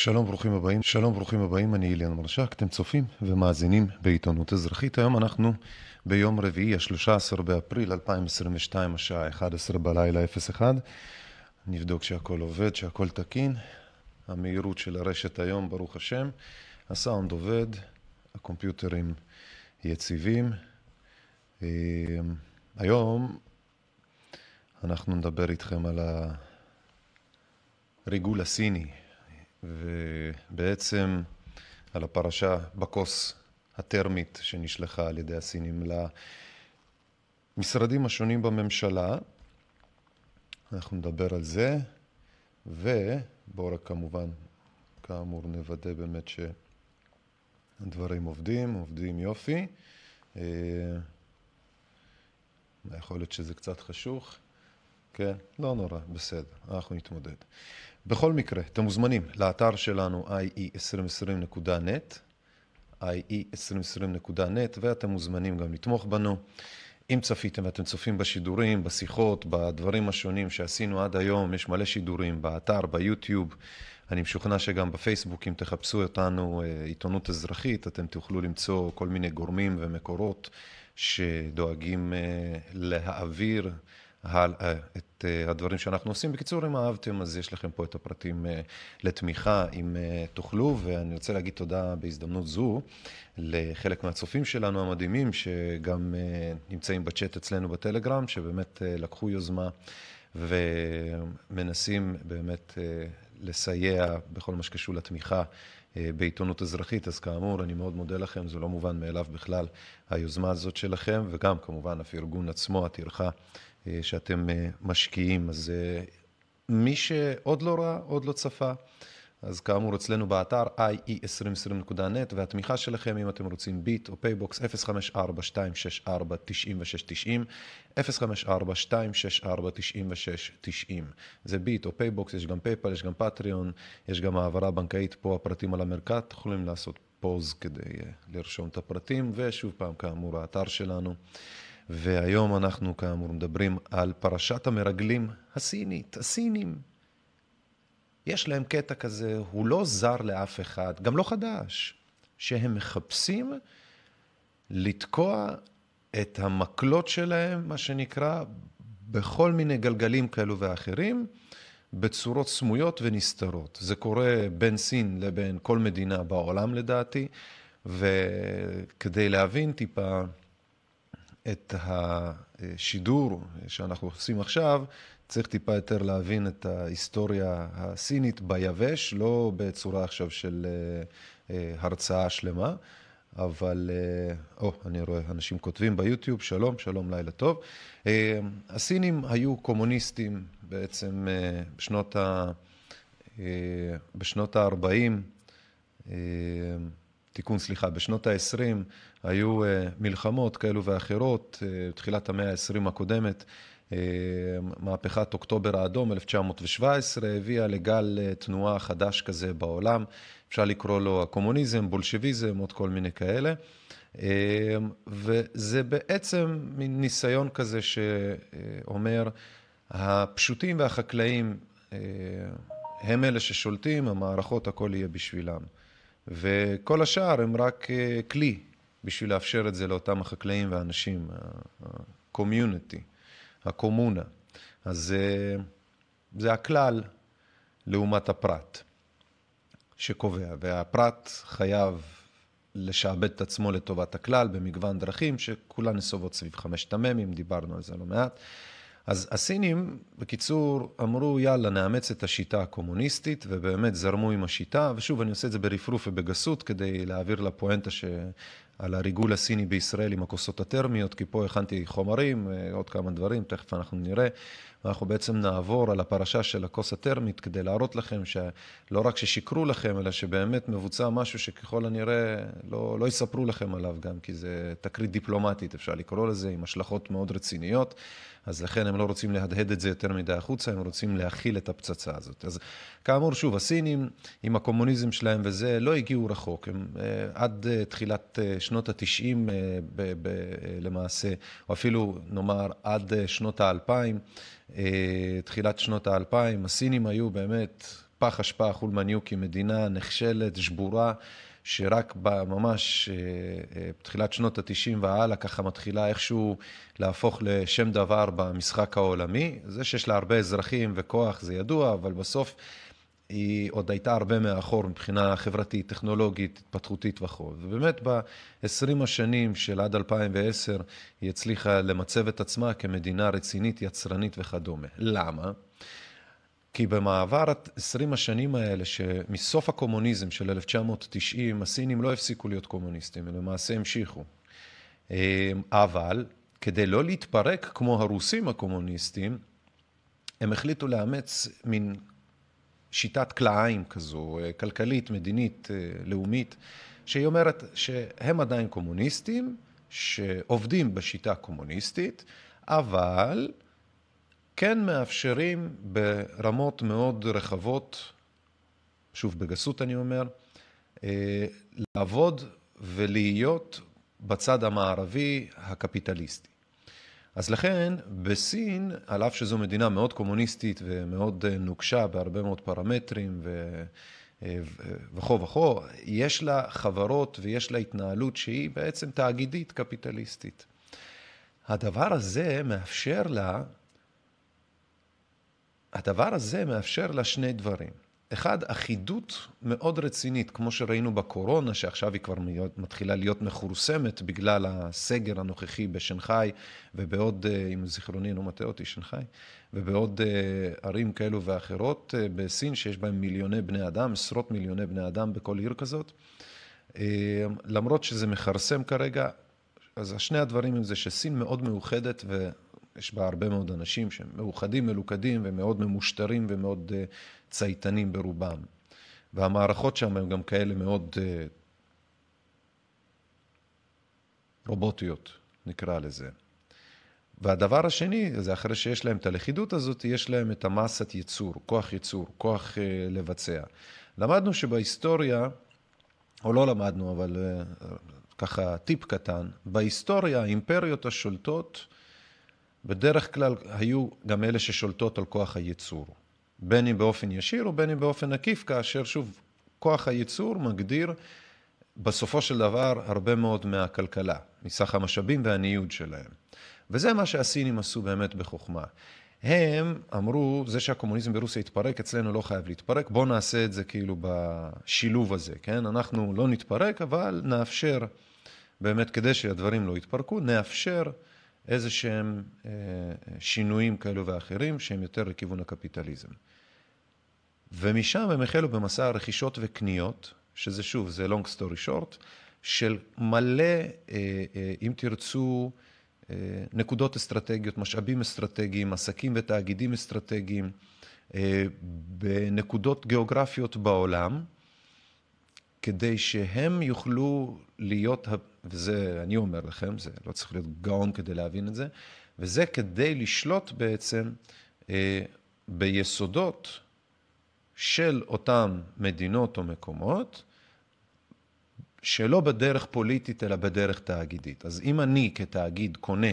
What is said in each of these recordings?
שלום, ברוכים הבאים, אני איליאן מרשק, אתם צופים ומאזינים בעיתונות אזרחית. היום אנחנו ביום רביעי, ה-13 באפריל 2022, השעה 11 בלילה 01. נבדוק שהכל עובד, שהכל תקין. המהירות של הרשת היום, ברוך השם. הסאונד עובד, הקומפיוטרים יציבים. היום אנחנו נדבר איתכם על הריגול הסיני. ובעצם על הפרשה בכוס הטרמית שנשלחה על ידי הסינים למשרדים השונים בממשלה. אנחנו נדבר על זה, ובואו רק כמובן, כאמור, נוודא באמת שהדברים עובדים יופי. יכול להיות שזה קצת חשוך. כן, לא נורא, בסדר, אנחנו נתמודד. בכל מקרה, אתם מוזמנים לאתר שלנו ie2020.net, ie2020.net, ואתם מוזמנים גם לתמוך בנו. אם צפיתם ואתם צופים בשידורים, בשיחות, בדברים השונים שעשינו עד היום, יש מלא שידורים באתר, ביוטיוב. אני משוכנע שגם בפייסבוק, אם תחפשו אותנו עיתונות אזרחית, אתם תוכלו למצוא כל מיני גורמים ומקורות שדואגים להעביר את הדברים שאנחנו עושים. בקיצור, אם אהבתם, אז יש לכם פה את הפרטים לתמיכה, אם תוכלו, ואני רוצה להגיד תודה בהזדמנות זו לחלק מהצופים שלנו המדהימים, שגם נמצאים בצ'אט אצלנו בטלגרם, שבאמת לקחו יוזמה ומנסים באמת לסייע בכל מה שקשור לתמיכה בעיתונות אזרחית. אז כאמור, אני מאוד מודה לכם, זה לא מובן מאליו בכלל היוזמה הזאת שלכם, וגם כמובן הפרגון עצמו, הטרחה שאתם משקיעים. אז מי שעוד לא ראה, עוד לא צפה, אז כאמור אצלנו באתר ie2020.net, והתמיכה שלכם, אם אתם רוצים ביט או פייבוקס, 054-264-9690, 054-264-9690. זה ביט או פייבוקס, יש גם פייפל, יש גם פטריון, יש גם העברה בנקאית פה, הפרטים על המרכז, יכולים לעשות פוז כדי לרשום את הפרטים, ושוב פעם כאמור האתר שלנו. והיום אנחנו כאמור מדברים על פרשת המרגלים הסינית. הסינים, יש להם קטע כזה, הוא לא זר לאף אחד, גם לא חדש, שהם מחפשים לתקוע את המקלות שלהם, מה שנקרא, בכל מיני גלגלים כאלו ואחרים, בצורות סמויות ונסתרות. זה קורה בין סין לבין כל מדינה בעולם לדעתי, וכדי להבין טיפה את השידור שאנחנו עושים עכשיו, צריך טיפה יותר להבין את ההיסטוריה הסינית ביבש, לא בצורה עכשיו של הרצאה שלמה, אבל, אני רואה אנשים כותבים ביוטיוב, שלום, לילה טוב. הסינים היו קומוניסטים בעצם בשנות ה-40, בשנות ה-20 היו מלחמות כאלו ואחרות, תחילת המאה ה-20 הקודמת, מהפכת אוקטובר האדום 1917 הביאה לגל תנועה חדש כזה בעולם, אפשר לקרוא לו הקומוניזם, בולשביזם, עוד כל מיני כאלה, וזה בעצם מין ניסיון כזה שאומר, הפשוטים והחקלאים הם אלה ששולטים, המערכות הכל יהיה בשבילם. וכל השאר הם רק כלי בשביל לאפשר את זה לאותם החקלאים והאנשים, הקומיוניטי, הקומונה. אז זה הכלל לעומת הפרט שקובע, והפרט חייב לשעבד את עצמו לטובת הכלל במגוון דרכים שכולן נסובות סביב 5 תממים, דיברנו על זה לא מעט. אז הסינים, בקיצור, אמרו, יאללה, נאמץ את השיטה הקומוניסטית, ובאמת זרמו עם השיטה, ושוב, אני עושה את זה ברפרוף ובגסות, כדי להעביר לפואנטה על הריגול הסיני בישראל עם הכוסות הטרמיות, כי פה הכנתי חומרים, עוד כמה דברים, תכף אנחנו נראה, ואנחנו בעצם נעבור על הפרשה של הכוס הטרמית, כדי להראות לכם שלא רק ששיקרו לכם, אלא שבאמת מבוצע משהו שככל הנראה לא יספרו לכם עליו גם, כי זה תקרית דיפלומטית, אפשר לקרוא לזה, עם השלכות מאוד רציניות, אז לכן הם לא רוצים להדהד את זה יותר מדי החוצה, הם רוצים להכיל את הפצצה הזאת. אז כאמור, שוב, הסינים עם הקומוניזם שלהם וזה לא הגיעו רחוק, הם עד תחילת שנות ה-90 למעשה, או אפילו נאמר עד שנות ה-2000, תחילת שנות ה-2000, הסינים היו באמת פח אשפה חולמניוקי, מדינה נחשלת, שבורה, שרק ממש בתחילת שנות ה-90 והלאה ככה מתחילה איכשהו להפוך לשם דבר במשחק העולמי. זה שיש לה הרבה אזרחים וכוח זה ידוע, אבל בסוף היא עוד הייתה הרבה מאחור מבחינה חברתית, טכנולוגית, התפתחותית וכו'. ובאמת ב-20 השנים של עד 2010 היא הצליחה למצב את עצמה כמדינה רצינית, יצרנית וכדומה. למה? כי במעבר 20 השנים האלה, שמסוף הקומוניזם של 1990, הסינים לא הפסיקו להיות קומוניסטים, הם למעשה המשיכו. אבל כדי לא להתפרק כמו הרוסים הקומוניסטים, הם החליטו לאמץ מין שיטת קלעיים כזו, כלכלית, מדינית, לאומית, שהיא אומרת שהם עדיין קומוניסטים, שעובדים בשיטה קומוניסטית, אבל כן מאפשרים ברמות מאוד רחבות, שוב בגסות אני אומר, לעבוד ולהיות בצד המערבי הקפיטליסטי. אז לכן בסין, על אף שזו מדינה מאוד קומוניסטית ומאוד נוקשה בהרבה מאוד פרמטרים וכו', יש לה חברות ויש לה התנהלות שהיא בעצם תאגידית קפיטליסטית. הדבר הזה מאפשר לה שני דברים. אחד, אחידות מאוד רצינית, כמו שראינו בקורונה, שעכשיו היא כבר מתחילה להיות מחורסמת בגלל הסגר הנוכחי בשנגחאי, ובעוד, אם זיכרוני לא מטעה אותי, שנגחאי, ובעוד ערים כאלו ואחרות בסין, שיש בהם מיליוני בני אדם, עשרות מיליוני בני אדם בכל עיר כזאת. למרות שזה מחרסם כרגע, אז שני הדברים הם זה שסין מאוד מאוחדת יש בה הרבה מאוד אנשים שהם מאוחדים, מלוכדים ומאוד ממושטרים ומאוד צייתנים ברובם. והמערכות שם הם גם כאלה מאוד רובוטיות, נקרא לזה. והדבר השני, זה אחרי שיש להם את הלכידות הזאת, יש להם את המסת ייצור, כוח לבצע. למדנו שבהיסטוריה, או לא למדנו, אבל ככה טיפ קטן, בהיסטוריה האימפריות השולטות, בדרך כלל היו גם אלה ששולטות על כוח הייצור, בין אם באופן ישיר או בין אם באופן עקיף, כאשר שוב, כוח הייצור מגדיר בסופו של דבר הרבה מאוד מהכלכלה, מסך המשאבים והניוד שלהם. וזה מה שהסינים עשו באמת בחוכמה. הם אמרו, זה שהקומוניזם ברוסיה התפרק, אצלנו לא חייב להתפרק, בואו נעשה את זה כאילו בשילוב הזה, כן? אנחנו לא נתפרק, אבל נאפשר, באמת כדי שהדברים לא יתפרקו, נאפשר איזה שהם שינויים כאלו ואחרים שהם יותר לכיוון הקפיטליזם. ומשם הם החלו במסע רכישות וקניות, שזה שוב, זה long story short, של מלא, אם תרצו, נקודות אסטרטגיות, משאבים אסטרטגיים, עסקים ותאגידים אסטרטגיים, בנקודות גיאוגרפיות בעולם, כדי שהם יוכלו להיות, וזה אני אומר לכם, זה לא צריך להיות גאון כדי להבין את זה, וזה כדי לשלוט בעצם ביסודות של אותם מדינות או מקומות, שלא בדרך פוליטית אלא בדרך תאגידית. אז אם אני כתאגיד קונה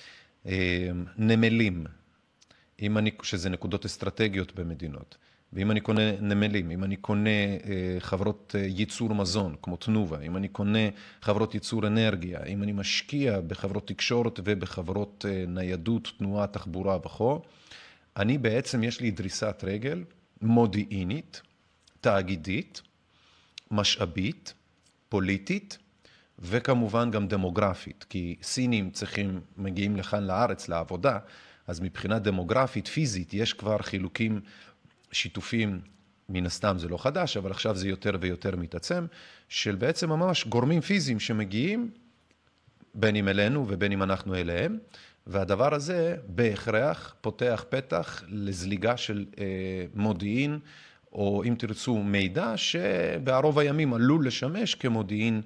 נמלים, שזה נקודות אסטרטגיות במדינות, ואם אני קונה נמלים, אם אני קונה חברות ייצור מזון, כמו תנובה, אם אני קונה חברות ייצור אנרגיה, אם אני משקיע בחברות תקשורת ובחברות ניידות, תנועה, תחבורה וכו', אני בעצם יש לי דריסת רגל מודיעינית, תאגידית, משאבית, פוליטית, וכמובן גם דמוגרפית, כי סינים מגיעים לכאן לארץ לעבודה, אז מבחינה דמוגרפית, פיזית, יש כבר חילוקים שיתופים, מן הסתם זה לא חדש, אבל עכשיו זה יותר ויותר מתעצם, של בעצם ממש גורמים פיזיים שמגיעים, בין אם אלינו ובין אם אנחנו אליהם, והדבר הזה בהכרח פותח פתח לזליגה של מודיעין, או אם תרצו מידע, שבערוב הימים עלול לשמש כמודיעין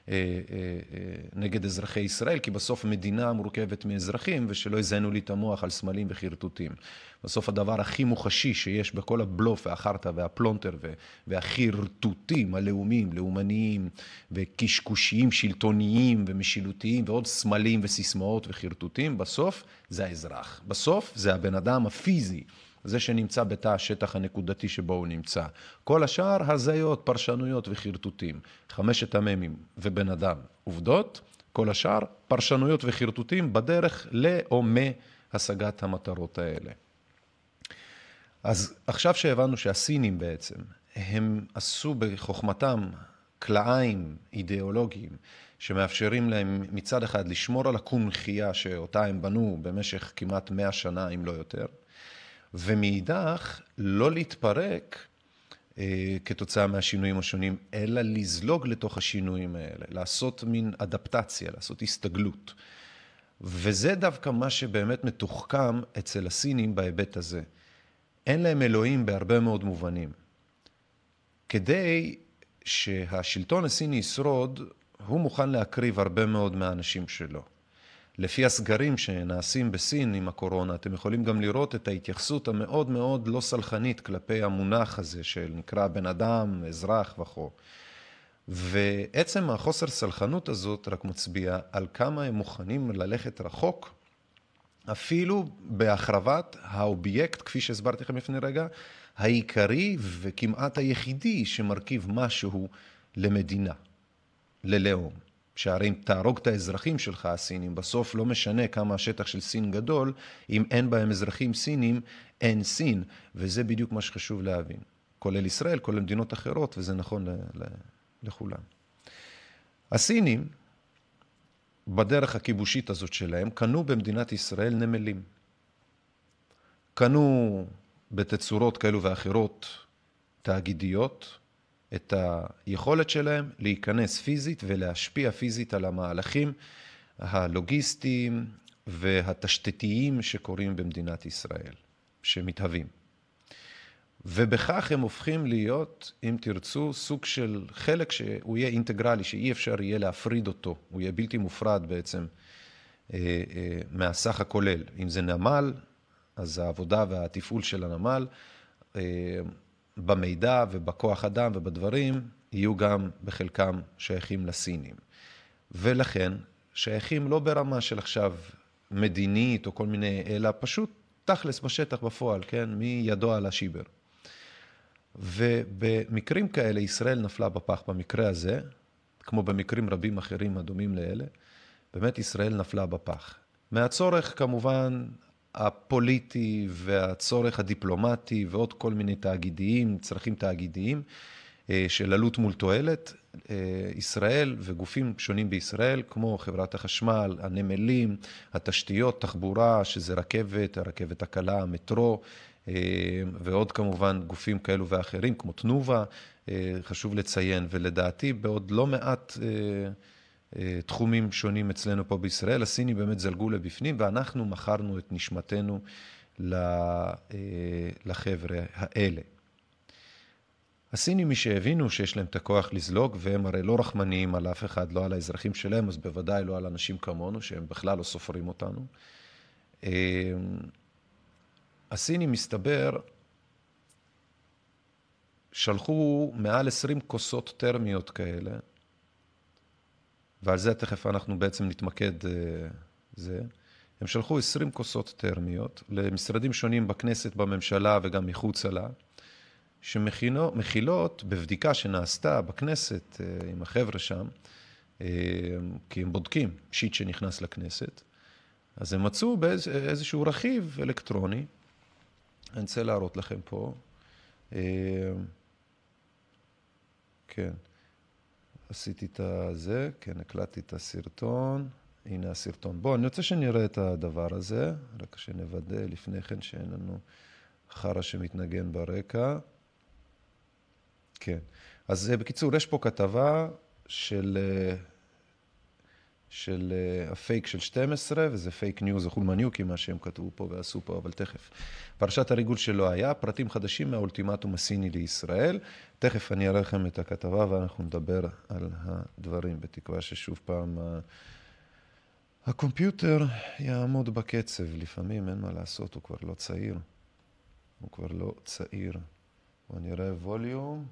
נגד אזרחי ישראל, כי בסוף מדינה מורכבת מאזרחים, ושלא יזיינו לי את המוח על סמלים וחרטוטים. בסוף הדבר הכי מוחשי שיש בכל הבלוף והחרטה והפלונטר והחרטוטים הלאומיים, לאומניים וקשקושיים, שלטוניים ומשילותיים, ועוד סמלים וסיסמאות וחרטוטים, בסוף זה האזרח. בסוף זה הבן אדם הפיזי. זה שנמצא בתא השטח הנקודתי שבו הוא נמצא. כל השאר, הזיות, פרשנויות וחרטוטים. 5 המ"מים ובן אדם עובדות, כל השאר פרשנויות וחרטוטים בדרך או מהשגת המטרות האלה. אז עכשיו שהבנו שהסינים בעצם, הם עשו בחוכמתם קלעיים אידיאולוגיים, שמאפשרים להם מצד אחד לשמור על הקונחייה שאותה הם בנו במשך כמעט 100 שנה, אם לא יותר, ומאידך לא להתפרק כתוצאה מהשינויים השונים, אלא לזלוג לתוך השינויים האלה, לעשות מין אדפטציה, לעשות הסתגלות. וזה דווקא מה שבאמת מתוחכם אצל הסינים בהיבט הזה. אין להם אלוהים בהרבה מאוד מובנים. כדי שהשלטון הסיני ישרוד, הוא מוכן להקריב הרבה מאוד מהאנשים שלו. לפי הסגרים שנעשים בסין עם הקורונה, אתם יכולים גם לראות את ההתייחסות המאוד מאוד לא סלחנית כלפי המונח הזה של נקרא בן אדם, אזרח וכו'. ועצם החוסר סלחנות הזאת רק מצביע על כמה הם מוכנים ללכת רחוק, אפילו בהחרבת האובייקט, כפי שהסברתי לכם לפני רגע, העיקרי וכמעט היחידי שמרכיב משהו למדינה, ללאום. שהרי אם תהרוג את האזרחים שלך הסינים, בסוף לא משנה כמה השטח של סין גדול, אם אין בהם אזרחים סינים, אין סין, וזה בדיוק מה שחשוב להבין. כולל ישראל, כולל מדינות אחרות, וזה נכון לכולם. הסינים, בדרך הכיבושית הזאת שלהם, קנו במדינת ישראל נמלים. קנו בתצורות כאלו ואחרות תאגידיות, את היכולת שלהם להיכנס פיזית ולהשפיע פיזית על המהלכים הלוגיסטיים והתשתיתיים שקורים במדינת ישראל, שמתהווים. ובכך הם הופכים להיות, אם תרצו, סוג של חלק שהוא יהיה אינטגרלי, שאי אפשר יהיה להפריד אותו, הוא יהיה בלתי מופרד בעצם מהסך הכולל. אם זה נמל, אז העבודה והתפעול של הנמל, במידע ובכוח אדם ובדברים, יהיו גם בחלקם שייכים לסינים. ולכן, שייכים לא ברמה של עכשיו מדינית או כל מיני, אלא פשוט תכלס בשטח בפועל, כן? מי ידו על השיבר. ובמקרים כאלה ישראל נפלה בפח במקרה הזה, כמו במקרים רבים אחרים הדומים לאלה, באמת ישראל נפלה בפח. מהצורך כמובן הפוליטי והצורך הדיפלומטי ועוד כל מיני תאגידיים, צרכים תאגידיים של עלות מול תועלת, ישראל וגופים שונים בישראל, כמו חברת החשמל, הנמלים, התשתיות, תחבורה, שזה רכבת, הרכבת הקלה, המטרו, ועוד כמובן גופים כאלו ואחרים, כמו תנובה, חשוב לציין, ולדעתי בעוד לא מעט תחומים שונים אצלנו פה בישראל, הסינים באמת זלגו לבפנים, ואנחנו מכרנו את נשמתנו לחבר'ה האלה. הסינים, מי שהבינו שיש להם את הכוח לזלוג, והם הרי לא רחמניים על אף אחד, לא על האזרחים שלהם, אז בוודאי לא על אנשים כמונו, שהם בכלל לא סופרים אותנו. הסינים, מסתבר, שלחו מעל 20 כוסות טרמיות כאלה, ועל זה תכף אנחנו בעצם נתמקד זה. הם שלחו 20 כוסות טרמיות למשרדים שונים בכנסת, בממשלה וגם מחוצה לה, שמכילות בבדיקה שנעשתה בכנסת עם החבר'ה שם, כי הם בודקים שיט שנכנס לכנסת, אז הם מצאו באיזשהו רכיב אלקטרוני, אני רוצה להראות לכם פה, כן, עשיתי את זה, כן, הקלטתי את הסרטון, הנה הסרטון. בואו, אני רוצה שנראה את הדבר הזה, רק שנוודא לפני כן שאין לנו חרא שמתנגן ברקע. כן, אז בקיצור, יש פה כתבה של הפייק של 12, וזה פייק ניוז, החולמניוקי, מה שהם כתבו פה ועשו פה, אבל תכף. פרשת הריגול שלו היה, פרטים חדשים מהאולטימטום הסיני לישראל. תכף אני אראה לכם את הכתבה, ואנחנו נדבר על הדברים, בתקווה ששוב פעם הקומפיוטר יעמוד בקצב. לפעמים אין מה לעשות, הוא כבר לא צעיר. בוא נראה ווליום.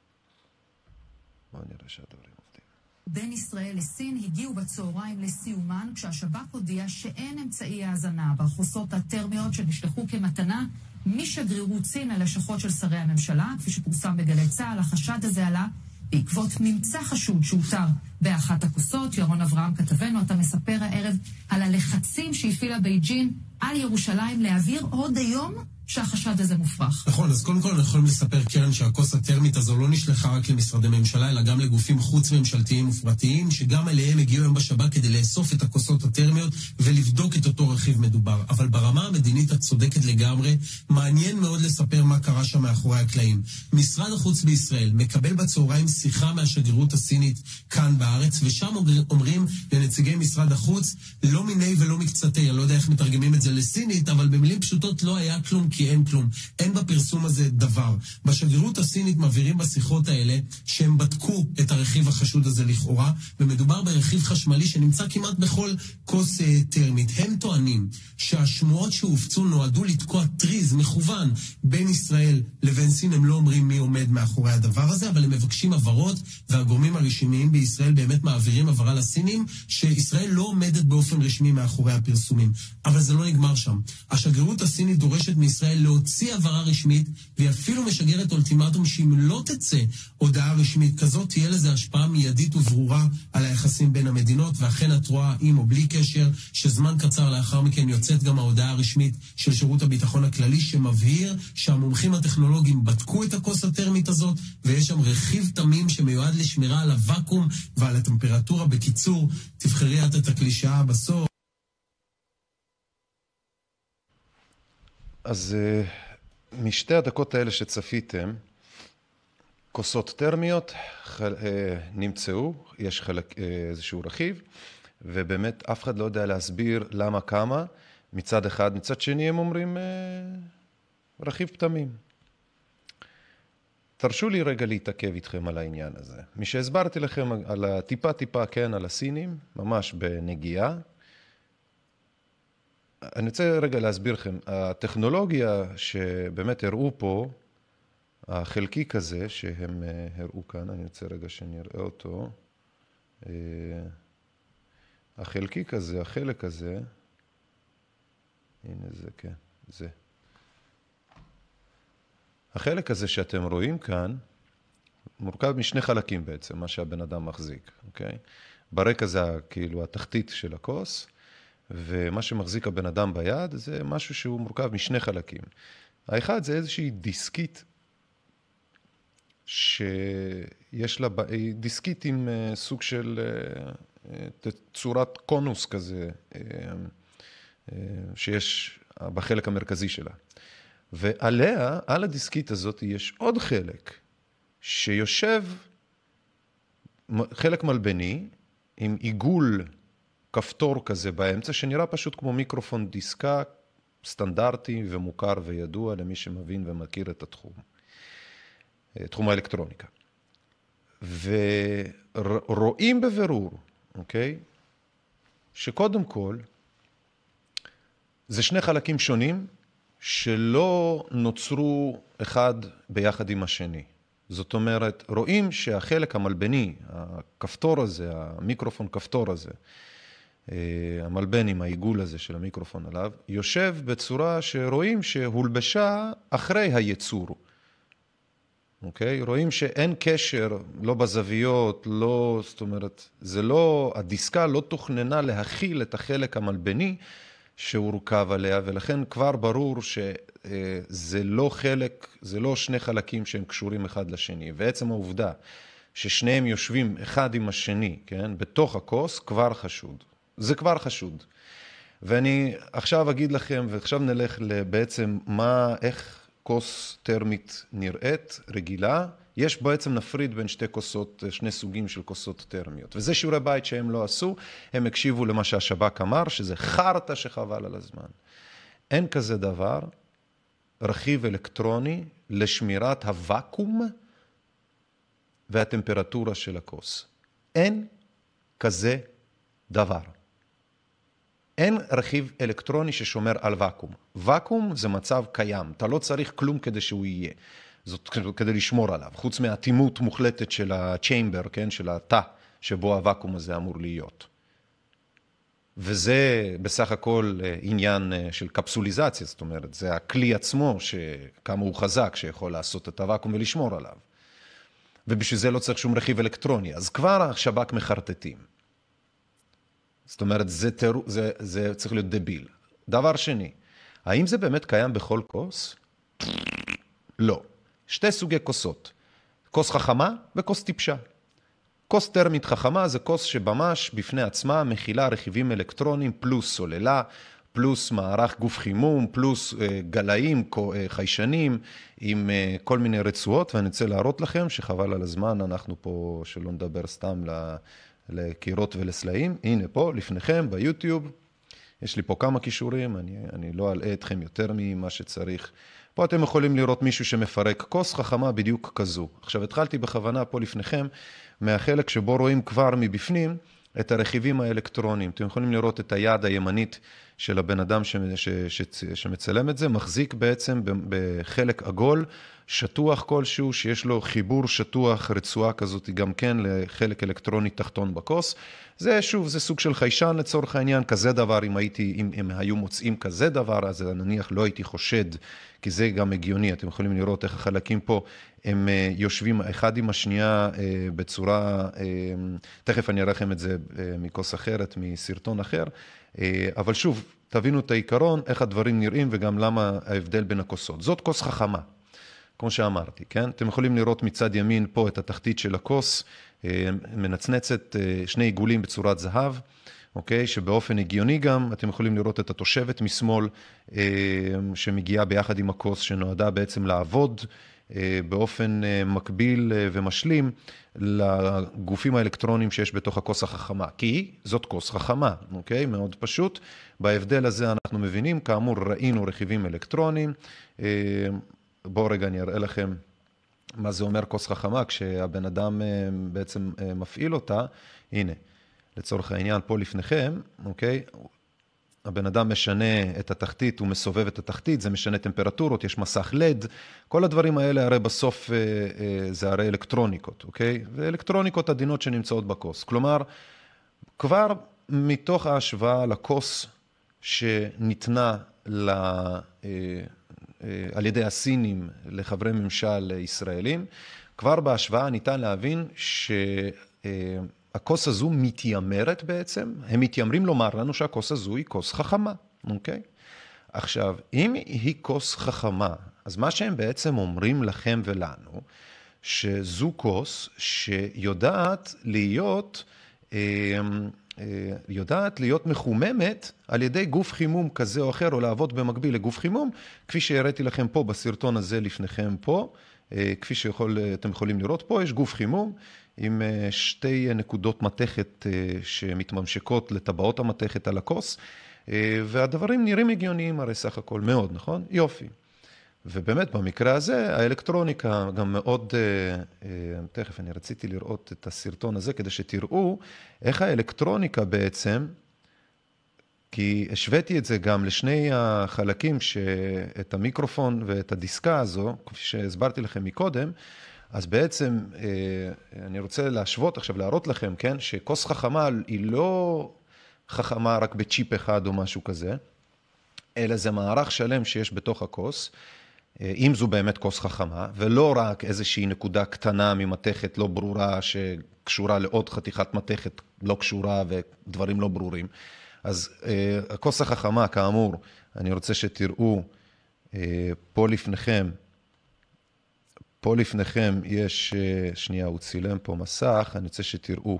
בוא נראה שהדברים עובדים. בין ישראל לסין הגיעו בצהריים לסיומן, כשהשב"כ הודיע שאין אמצעי האזנה בחוסות הטרמיות שנשלחו כמתנה משגרירות סין ללשכות של שרי הממשלה, כפי שפורסם בגלי צה"ל. החשד הזה עלה בעקבות ממצא חשוד שאותר באחת הכוסות. ירון אברהם כתבנו, אתה מספר הערב על הלחצים שהפעילה בייג'ין על ירושלים להעביר עוד היום שהחשד הזה מופרך. נכון, אז קודם כל אנחנו יכולים לספר, קרן, שהכוס הטרמית הזו לא נשלחה רק למשרדי ממשלה, אלא גם לגופים חוץ ממשלתיים ופרטיים, שגם אליהם הגיעו היום בשב"כ כדי לאסוף את הכוסות הטרמיות ולבדוק את אותו רכיב מדובר. אבל ברמה המדינית את צודקת לגמרי, מעניין מאוד לספר מה קרה שם מאחורי הקלעים. משרד החוץ בישראל מקבל בצהריים שיחה מהשגרירות הסינית כאן בארץ, ושם אומרים לנציגי משרד החוץ, לא מיני ולא מקצתי, אני לא יודע איך מתרגמים את זה לסינית, אבל במילים פשוטות לא היה כלום, כי אין כלום. אין בפרסום הזה דבר. בשגרירות הסינית מבהירים בשיחות האלה שהם בדקו את הרכיב החשוד הזה לכאורה, ומדובר ברכיב חשמלי שנמצא כמעט בכל כוס טרמית. הם טוענים שהשמועות שהופצו נועדו לתקוע טריז מכוון בין ישראל לבין סין. הם לא אומרים מי עומד מאחורי הדבר הזה, אבל הם מבקשים הבהרות, והגורמים הרשמיים בישראל באמת מעבירים הבהרה לסינים שישראל לא עומדת באופן רשמי מאחורי הפרסומים. אבל זה לא נגמר שם. השגרירות הסינית דורשת מישראל להוציא הבהרה רשמית, והיא אפילו משגרת אולטימטום שאם לא תצא הודעה רשמית כזאת, תהיה לזה השפעה מיידית וברורה על היחסים בין המדינות. ואכן את רואה, עם או בלי קשר, שזמן קצר לאחר מכן יוצאת גם ההודעה הרשמית של שירות הביטחון הכללי, שמבהיר שהמומחים הטכנולוגיים בדקו את הכוס הטרמית הזאת, ויש שם רכיב תמים שמיועד לשמירה על הוואקום ועל הטמפרטורה. בקיצור, תבחרי את הקלישאה בסוף. אז משתי הדקות האלה שצפיתם, כוסות טרמיות נמצאו, יש איזשהו רכיב, ובאמת אף אחד לא יודע להסביר למה כמה, מצד אחד, מצד שני הם אומרים רכיב פתמים. תרשו לי רגע להתעכב איתכם על העניין הזה. מי שהסברתי לכם על טיפה, כן, על הסינים, ממש בנגיעה, אני רוצה רגע להסביר לכם, הטכנולוגיה שבאמת הראו פה, החלקיק הזה שהם הראו כאן, אני רוצה רגע שנראה אותו, החלקיק הזה, החלק הזה, הנה זה, כן, זה. החלק הזה שאתם רואים כאן, מורכב משני חלקים בעצם, מה שהבן אדם מחזיק, אוקיי? ברקע זה כאילו התחתית של הכוס, ומה שמחזיק הבן אדם ביד זה משהו שהוא מורכב משני חלקים. האחד זה איזושהי דיסקית, שיש לה, דיסקית עם סוג של צורת קונוס כזה, שיש בחלק המרכזי שלה. ועליה, על הדיסקית הזאת, יש עוד חלק, שיושב חלק מלבני, עם עיגול כפתור כזה באמצע, שנראה פשוט כמו מיקרופון דיסקה, סטנדרטי ומוכר וידוע למי שמבין ומכיר את התחום. תחום האלקטרוניקה. ורואים בבירור, אוקיי? שקודם כל, זה שני חלקים שונים, שלא נוצרו אחד ביחד עם השני. זאת אומרת, רואים שהחלק המלבני, הכפתור הזה, המיקרופון כפתור הזה, המלבן עם העיגול הזה של המיקרופון עליו, יושב בצורה שרואים שהולבשה אחרי הייצור. אוקיי? רואים שאין קשר, לא בזוויות, לא, זאת אומרת, זה לא, הדיסקה לא תוכננה להכיל את החלק המלבני שהורכב עליה, ולכן כבר ברור שזה לא חלק, זה לא שני חלקים שהם קשורים אחד לשני. ועצם העובדה ששניהם יושבים אחד עם השני, כן, בתוך הכוס, כבר חשוד. זה כבר חשוד. ואני עכשיו אגיד לכם, ועכשיו נלך בעצם איך כוס טרמית נראית, רגילה. יש בעצם נפריד בין שני סוגים של כוסות טרמיות. וזה שיעורי בית שהם לא עשו, הם הקשיבו למה שהשב"כ אמר, שזה חרטה שחבל על הזמן. אין כזה דבר, רכיב אלקטרוני לשמירת הוואקום והטמפרטורה של הכוס. אין כזה דבר. אין רכיב אלקטרוני ששומר על ואקום. ואקום זה מצב קיים, אתה לא צריך כלום כדי שהוא יהיה. זאת כדי לשמור עליו, חוץ מהאטימות מוחלטת של הצ'יימבר, כן, של התא, שבו הוואקום הזה אמור להיות. וזה בסך הכל עניין של קפסוליזציה, זאת אומרת, זה הכלי עצמו שכמה הוא חזק, שיכול לעשות את הוואקום ולשמור עליו. ובשביל זה לא צריך שום רכיב אלקטרוני. אז כבר השב"כ מחרטטים. זאת אומרת, זה צריך להיות דביל. דבר שני, האם זה באמת קיים בכל כוס? לא. שתי סוגי כוסות. כוס חכמה וכוס טיפשה. כוס טרמית חכמה זה כוס שממש בפני עצמה מכילה רכיבים אלקטרוניים פלוס סוללה, פלוס מערך גוף חימום, פלוס גלאים, חיישנים, עם כל מיני רצועות, ואני רוצה להראות לכם שחבל על הזמן, אנחנו פה שלא נדבר סתם לקירות ולסלעים. הנה פה, לפניכם, ביוטיוב, יש לי פה כמה קישורים, אני לא אלאה אתכם יותר ממה שצריך. פה אתם יכולים לראות מישהו שמפרק כוס חכמה בדיוק כזו. עכשיו התחלתי בכוונה פה לפניכם, מהחלק שבו רואים כבר מבפנים את הרכיבים האלקטרוניים. אתם יכולים לראות את היד הימנית של הבן אדם שמצלם את זה, מחזיק בעצם בחלק עגול, שטוח כלשהו, שיש לו חיבור שטוח, רצועה כזאת גם כן לחלק אלקטרוני תחתון בכוס. זה שוב, זה סוג של חיישן לצורך העניין, כזה דבר, אם הם היו מוצאים כזה דבר, אז נניח לא הייתי חושד, כי זה גם הגיוני, אתם יכולים לראות איך החלקים פה, הם יושבים אחד עם השנייה בצורה, תכף אני אראה לכם את זה מכוס אחרת, מסרטון אחר, אבל שוב, תבינו את העיקרון, איך הדברים נראים וגם למה ההבדל בין הכוסות. זאת כוס חכמה, כמו שאמרתי, כן? אתם יכולים לראות מצד ימין פה את התחתית של הכוס, מנצנצת שני עיגולים בצורת זהב, אוקיי? שבאופן הגיוני גם, אתם יכולים לראות את התושבת משמאל, שמגיעה ביחד עם הכוס, שנועדה בעצם לעבוד באופן מקביל ומשלים לגופים האלקטרוניים שיש בתוך הכוס החכמה. כי זאת כוס חכמה, אוקיי? מאוד פשוט. בהבדל הזה אנחנו מבינים, כאמור ראינו רכיבים אלקטרוניים. בואו רגע אני אראה לכם מה זה אומר כוס חכמה, כשהבן אדם בעצם מפעיל אותה. הנה, לצורך העניין פה לפניכם, אוקיי? הבן אדם משנה את התחתית, הוא מסובב את התחתית, זה משנה טמפרטורות, יש מסך לד, כל הדברים האלה הרי בסוף זה הרי אלקטרוניקות, אוקיי? ואלקטרוניקות עדינות שנמצאות בכוס. כלומר, כבר מתוך ההשוואה לכוס שניתנה על ידי הסינים לחברי ממשל ישראלים, כבר בהשוואה ניתן להבין הכוס הזו מתיימרת בעצם, הם מתיימרים לומר לנו שהכוס הזו היא כוס חכמה, אוקיי? עכשיו, אם היא כוס חכמה, אז מה שהם בעצם אומרים לכם ולנו, שזו כוס שיודעת להיות מחוממת על ידי גוף חימום כזה או אחר, או לעבוד במקביל לגוף חימום, כפי שהראיתי לכם פה בסרטון הזה לפניכם פה, כפי שאתם יכולים לראות פה, יש גוף חימום, עם שתי נקודות מתכת שמתממשקות לטבעות המתכת על הכוס, והדברים נראים הגיוניים הרי סך הכל מאוד, נכון? יופי. ובאמת במקרה הזה האלקטרוניקה גם מאוד, תכף אני רציתי לראות את הסרטון הזה כדי שתראו איך האלקטרוניקה בעצם, כי השוויתי את זה גם לשני החלקים, את המיקרופון ואת הדיסקה הזו, כפי שהסברתי לכם מקודם, אז בעצם אני רוצה להשוות עכשיו, להראות לכם, כן, שכוס חכמה היא לא חכמה רק בצ'יפ אחד או משהו כזה, אלא זה מערך שלם שיש בתוך הכוס, אם זו באמת כוס חכמה, ולא רק איזושהי נקודה קטנה ממתכת לא ברורה שקשורה לעוד חתיכת מתכת לא קשורה ודברים לא ברורים. אז הכוס החכמה, כאמור, אני רוצה שתראו פה לפניכם יש, שנייה, הוא צילם פה מסך, אני רוצה שתראו,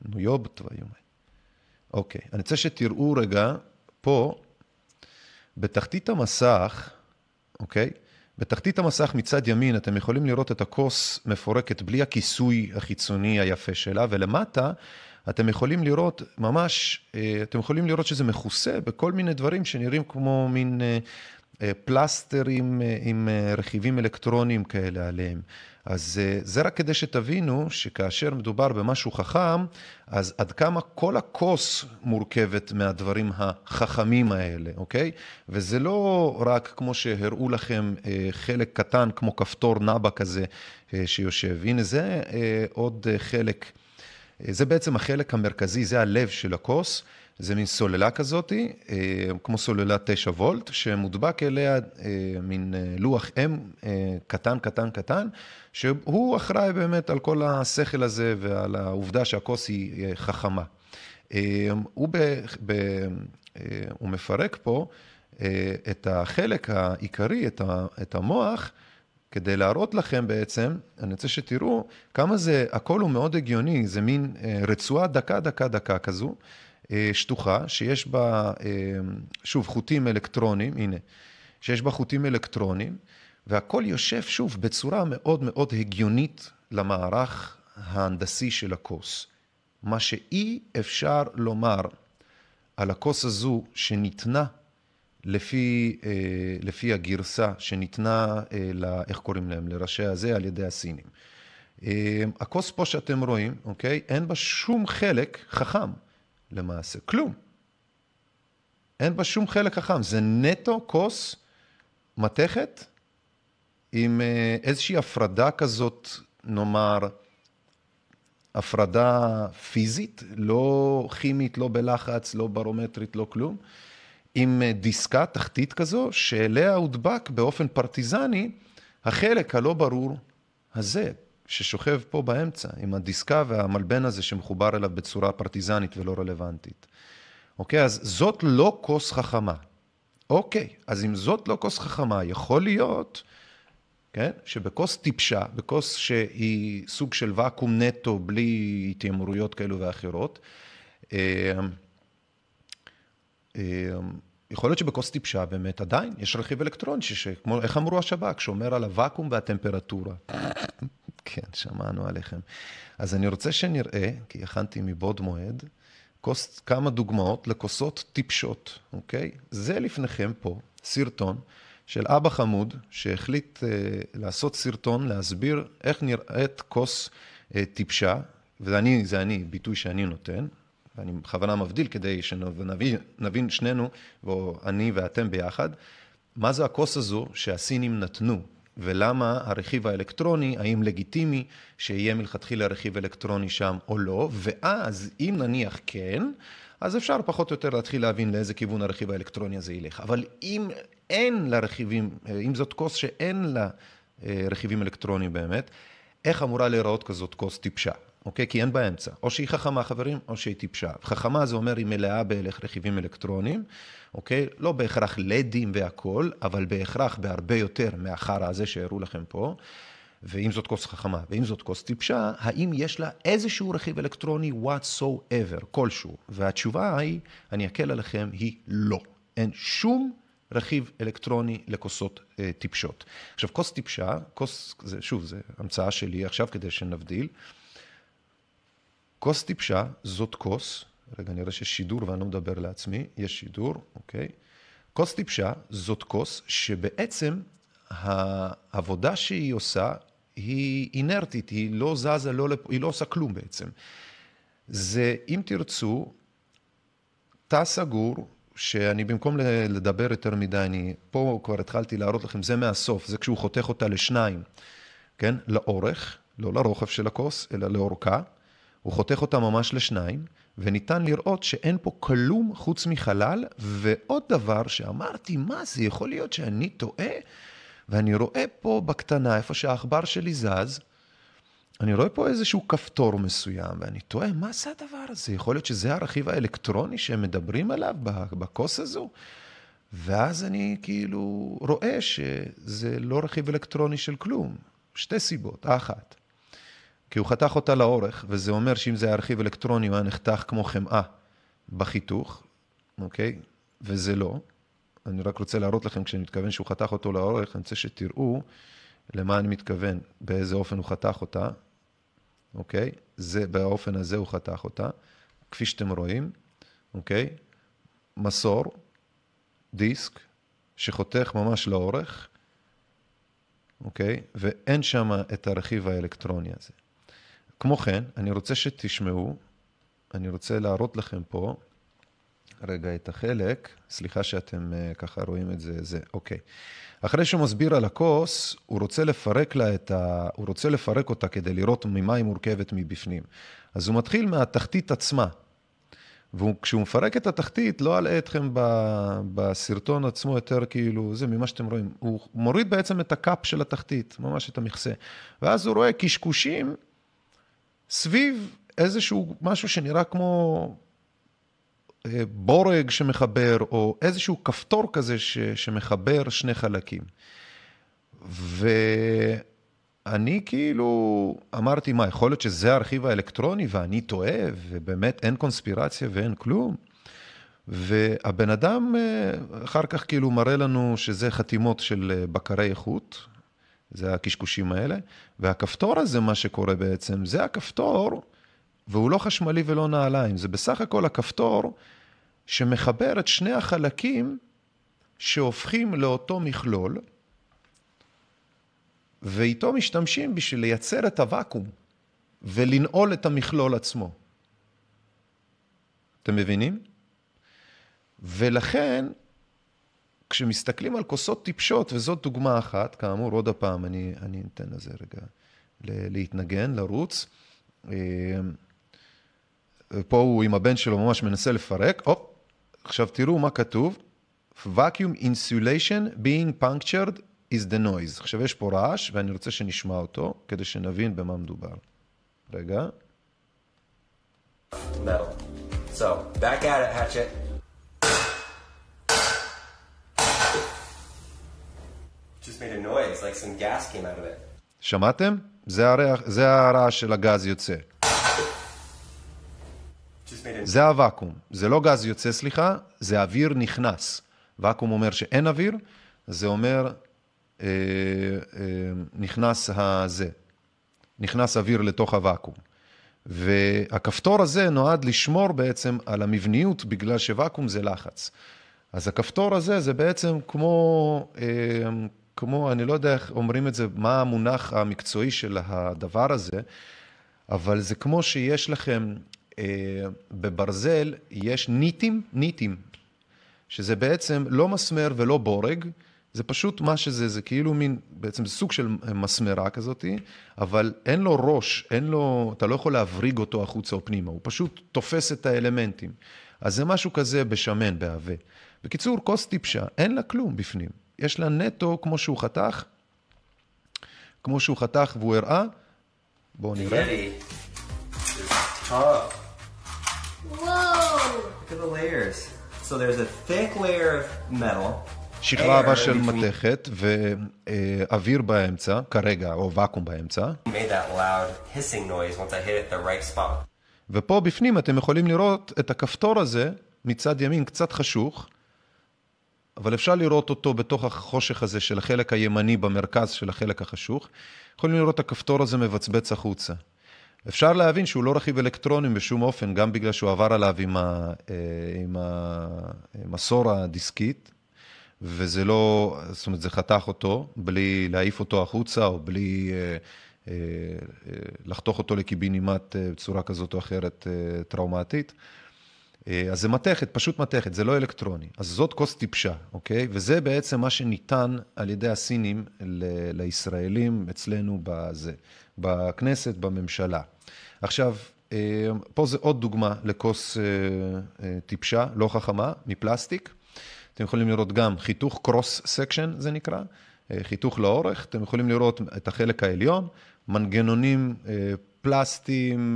אוקיי, אני רוצה שתראו רגע, פה, בתחתית המסך, אוקיי? בתחתית המסך מצד ימין אתם יכולים לראות את הכוס מפורקת בלי הכיסוי החיצוני היפה שלה, ולמטה אתם יכולים לראות ממש, אתם יכולים לראות שזה מכוסה בכל מיני דברים שנראים כמו מין פלסטרים עם רכיבים אלקטרוניים כאלה עליהם. אז זה רק כדי שתבינו שכאשר מדובר במשהו חכם, אז עד כמה כל הכוס מורכבת מהדברים החכמים האלה, אוקיי? וזה לא רק כמו שהראו לכם חלק קטן כמו כפתור נאבה כזה שיושב. הנה זה עוד חלק, זה בעצם החלק המרכזי, זה הלב של הכוס. זה מין סוללה כזאת, כמו סוללה 9 וולט, שמודבק אליה מין לוח M קטן, קטן, קטן, שהוא אחראי באמת על כל השכל הזה ועל העובדה שהכוס היא חכמה. הוא מפרק פה את החלק העיקרי, את המוח, כדי להראות לכם בעצם, אני רוצה שתראו כמה זה, הכל הוא מאוד הגיוני, זה מין רצועה דקה, דקה, דקה כזו, שטוחה, שיש בה, שוב, חוטים אלקטרונים, הנה, שיש בה חוטים אלקטרונים, והכל יושב שוב בצורה מאוד מאוד הגיונית למערך ההנדסי של הכוס. מה שאי אפשר לומר על הכוס הזו שניתנה לפי הגרסה שניתנה, איך קוראים להם, לראשי הזה על ידי הסינים. הכוס פה שאתם רואים, אוקיי? אין בה שום חלק חכם. למעשה, כלום. אין בה שום חלק חכם, זה נטו כוס מתכת עם איזושהי הפרדה כזאת, נאמר, הפרדה פיזית, לא כימית, לא בלחץ, לא ברומטרית, לא כלום, עם דיסקה תחתית כזו, שאליה הודבק באופן פרטיזני, החלק הלא ברור הזה, ששוכב פה באמצע, עם הדיסקה והמלבן הזה שמחובר אליו בצורה פרטיזנית ולא רלוונטית. אוקיי, אז זאת לא כוס חכמה. אוקיי, אז אם זאת לא כוס חכמה, יכול להיות, כן, שבכוס טיפשה, בכוס שהיא סוג של ואקום נטו, בלי התיימרויות כאלו ואחרות, יכול להיות שבכוס טיפשה באמת עדיין יש רכיב אלקטרוני, כמו, איך אמרו השב"כ, שאומר על הוואקום והטמפרטורה. כן, שמענו עליכם. אז אני רוצה שנראה, כי הכנתי מבעוד מועד, כמה דוגמאות לכוסות טיפשות, אוקיי? זה לפניכם פה, סרטון של אבא חמוד, שהחליט לעשות סרטון, להסביר איך נראית כוס טיפשה, וזה אני, ביטוי שאני נותן, ואני בכוונה מבדיל כדי שנבין שנינו, ואני ואתם ביחד, מה זה הכוס הזו שהסינים נתנו, ולמה הרכיב האלקטרוני, האם לגיטימי שיהיה מלכתחילה רכיב אלקטרוני שם או לא, ואז אם נניח כן, אז אפשר פחות או יותר להתחיל להבין לאיזה כיוון הרכיב האלקטרוני הזה ילך. אבל אם אין לה רכיבים, אם זאת כוס שאין לה רכיבים אלקטרוניים באמת, איך אמורה להיראות כזאת כוס טיפשה? אוקיי? כי אין באמצע. או שהיא חכמה, חברים, או שהיא טיפשה. חכמה זה אומר היא מלאה ברכיבים אלקטרוניים, אוקיי? לא בהכרח לדים והכל, אבל בהכרח בהרבה יותר מהחרא הזה שהראו לכם פה. ואם זאת כוס חכמה, ואם זאת כוס טיפשה, האם יש לה איזשהו רכיב אלקטרוני whatsoever, כלשהו? והתשובה היא, אני אקל עליכם, היא לא. אין שום רכיב אלקטרוני לכוסות טיפשות. עכשיו, כוס טיפשה, שוב, זה המצאה שלי עכשיו כדי שנבדיל, כוס טיפשה זאת כוס, רגע נראה שיש שידור ואני לא מדבר לעצמי, יש שידור, אוקיי. כוס טיפשה זאת כוס שבעצם העבודה שהיא עושה היא אינרטית, היא לא זזה, היא לא עושה כלום בעצם. זה, אם תרצו, תא סגור, שאני במקום לדבר יותר מדי, אני פה כבר התחלתי להראות לכם, זה מהסוף, זה כשהוא חותך אותה לשניים, כן? לאורך, לא לרוחב של הכוס, אלא לאורכה, הוא חותך אותה ממש לשניים, וניתן לראות שאין פה כלום חוץ מחלל, ועוד דבר שאמרתי, מה זה יכול להיות שאני טועה? ואני רואה פה בקטנה, איפה שהאחבר שלי זז, אני רואה פה איזשהו כפתור מסוים, ואני טועה, מה זה הדבר הזה? יכול להיות שזה הרכיב האלקטרוני שהם מדברים עליו בכוס הזו? ואז אני כאילו רואה שזה לא רכיב אלקטרוני של כלום. שתי סיבות, אחת. כי הוא חתך אותה לאורך, וזה אומר שאם זה היה רכיב אלקטרוני, הוא היה נחתך כמו חמאה בחיתוך, אוקיי? וזה לא. אני רק רוצה להראות לכם, כשאני מתכוון שהוא חתך אותו לאורך, אני רוצה שתראו למה אני מתכוון, באיזה אופן הוא חתך אותה, אוקיי? באופן הזה הוא חתך אותה, כפי שאתם רואים, אוקיי? מסור, דיסק, שחותך ממש לאורך, אוקיי? ואין שם את הרכיב האלקטרוני הזה. כמו כן, אני רוצה שתשמעו, אני רוצה להראות לכם פה, רגע את החלק, סליחה שאתם ככה רואים את זה, אוקיי. אחרי שהוא מסביר על הכוס, הוא רוצה לפרק אותה כדי לראות ממה היא מורכבת מבפנים. אז הוא מתחיל מהתחתית עצמה, וכשהוא מפרק את התחתית, לא אלאה אתכם בסרטון עצמו יותר כאילו, זה ממה שאתם רואים, הוא מוריד בעצם את הקאפ של התחתית, ממש את המכסה, ואז הוא רואה קשקושים סביב איזשהו משהו שנראה כמו בורג שמחבר, או איזשהו כפתור כזה שמחבר שני חלקים. ואני כאילו אמרתי, מה, יכול להיות שזה הרכיב האלקטרוני, ואני טועה, ובאמת אין קונספירציה ואין כלום. והבן אדם אחר כך כאילו מראה לנו שזה חתימות של בקרי איכות, זה הקשקושים האלה, והכפתור הזה, מה שקורה בעצם, זה הכפתור, והוא לא חשמלי ולא נעליים, זה בסך הכל הכפתור שמחבר את שני החלקים שהופכים לאותו מכלול, ואיתו משתמשים בשביל לייצר את הוואקום, ולנעול את המכלול עצמו. אתם מבינים? ולכן, כשמסתכלים על כוסות טיפשות, וזאת דוגמה אחת, כאמור, עוד הפעם, אני אתן לזה רגע להתנגן, לרוץ. פה הוא עם הבן שלו ממש מנסה לפרק. עכשיו תראו מה כתוב. Vacuum insulation being punctured is the noise. עכשיו יש פה רעש, ואני רוצה שנשמע אותו, כדי שנבין במה מדובר. רגע. Metal. So, back at it, Hatchet. Just made a noise, like some gas came out of it. שמעתם? זה הרעש של הגז יוצא. זה הוואקום. זה לא גז יוצא, סליחה, זה אוויר נכנס. ואקום אומר שאין אוויר, זה אומר נכנס אוויר לתוך הוואקום. והכפתור הזה נועד לשמור בעצם על המבניות, בגלל שוואקום זה לחץ. אז הכפתור הזה זה בעצם כמו, אני לא יודע איך אומרים את זה, מה המונח המקצועי של הדבר הזה, אבל זה כמו שיש לכם בברזל, יש ניטים, שזה בעצם לא מסמר ולא בורג, זה פשוט מה שזה, זה כאילו מין, בעצם זה סוג של מסמרה כזאת, אבל אין לו ראש, אתה לא יכול להבריג אותו החוצה או פנימה, הוא פשוט תופס את האלמנטים. אז זה משהו כזה בשמן, בהווה. בקיצור, כוס טיפשה, אין לה כלום בפנים. יש לה נטו כמו שהוא חתך והוא הראה. בואו נראה. Whoa! Look at the layers. So there's a thick layer of metal. שכבה הבאה של מתכת ואוויר באמצע, כרגע, או ואקום באמצע. Made that loud hissing noise once I hit it the right spot. ופה בפנים אתם יכולים לראות את הכפתור הזה, מצד ימין קצת חשוך, אבל אפשר לראות אותו בתוך החושך הזה של החלק הימני במרכז של החלק החשוך. יכולים לראות את הכפתור הזה מבצבץ החוצה. אפשר להבין שהוא לא רכיב אלקטרונים בשום אופן, גם בגלל שהוא עבר עליו עם המסור הדיסקית, וזה לא, זאת אומרת, זה חתך אותו, בלי להעיף אותו החוצה, או בלי לחתוך אותו לקיבינימט בצורה כזאת או אחרת טראומטית. אז זה מתכת, פשוט מתכת, זה לא אלקטרוני. אז זאת כוס טיפשה, אוקיי? וזה בעצם מה שניתן על ידי הסינים לישראלים אצלנו בכנסת, בממשלה. עכשיו, פה זה עוד דוגמה לכוס טיפשה, לא חכמה, מפלסטיק. אתם יכולים לראות גם חיתוך קרוס סקשן, זה נקרא, חיתוך לאורך. אתם יכולים לראות את החלק העליון, מנגנונים פלסטיים,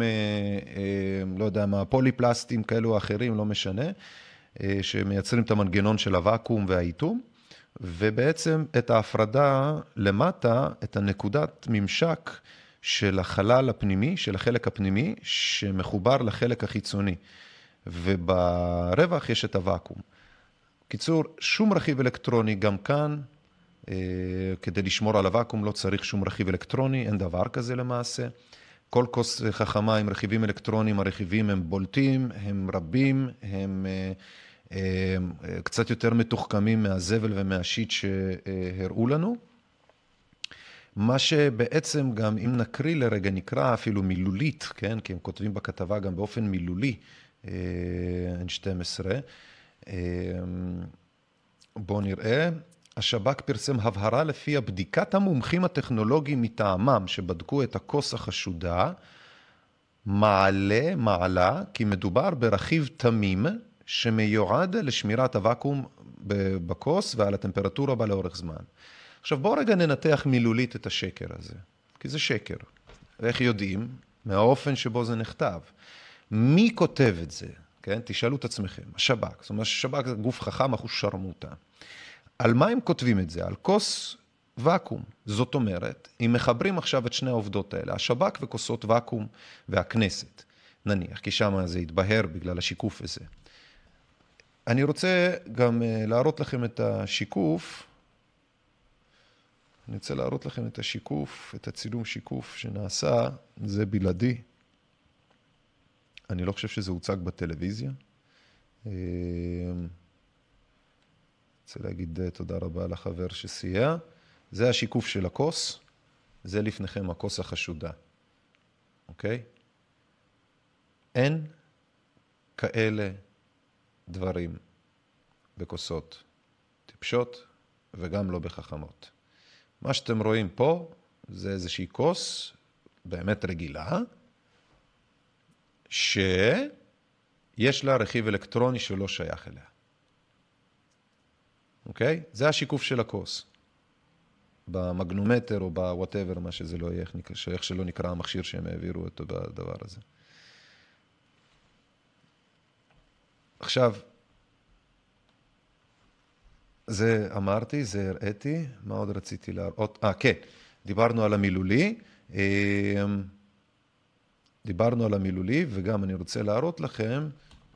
לא יודע מה, פוליפלסטיים כאלו או אחרים, לא משנה, שמייצרים את המנגנון של הוואקום והאיתום, ובעצם את ההפרדה למטה, את הנקודת ממשק של החלל הפנימי, של החלק הפנימי, שמחובר לחלק החיצוני, וברווח יש את הוואקום. קיצור, שום רכיב אלקטרוני, גם כאן, כדי לשמור על הוואקום לא צריך שום רכיב אלקטרוני, אין דבר כזה למעשה. כל כוס חכמה עם רכיבים אלקטרוניים, הרכיבים הם בולטים, הם רבים, הם קצת יותר מתוחכמים מהזבל ומהשיט שהראו לנו. מה שבעצם גם אם נקריא לרגע, נקרא אפילו מילולית, כן? כי הם כותבים בכתבה גם באופן מילולי, N12. בואו נראה. השב"כ פרסם הבהרה לפי בדיקת המומחים הטכנולוגיים מטעמם שבדקו את הכוס החשודה, מעלה, כי מדובר ברכיב תמים שמיועד לשמירת הוואקום בכוס ועל הטמפרטורה בה לאורך זמן. עכשיו בואו רגע ננתח מילולית את השקר הזה, כי זה שקר. ואיך יודעים? מהאופן שבו זה נכתב. מי כותב את זה? כן? תשאלו את עצמכם. השב"כ. זאת אומרת, השב"כ זה גוף חכם, אחוז שרמוטה. על מה הם כותבים את זה? על כוס ואקום. זאת אומרת, אם מחברים עכשיו את שני העובדות האלה, השב"כ וכוסות ואקום והכנסת, נניח, כי שם זה יתבהר בגלל השיקוף הזה. אני רוצה גם להראות לכם את השיקוף, אני רוצה להראות לכם את השיקוף, את הצילום שיקוף שנעשה, זה בלעדי. אני לא חושב שזה הוצג בטלוויזיה. רוצה להגיד תודה רבה לחבר שסייע. זה השיקוף של הכוס, זה לפניכם הכוס החשודה. אוקיי? אין כאלה דברים בכוסות טיפשות וגם לא בחכמות. מה שאתם רואים פה זה איזושהי כוס באמת רגילה, שיש לה רכיב אלקטרוני שלא שייך אליה. אוקיי? זה השיקוף של הכוס. במגנומטר או בוואטאבר, מה שזה לא יהיה, איך שלא נקרא המכשיר שהם העבירו אותו בדבר הזה. עכשיו, זה אמרתי, זה הראיתי, מה עוד רציתי להראות? כן, דיברנו על המילולי, וגם אני רוצה להראות לכם,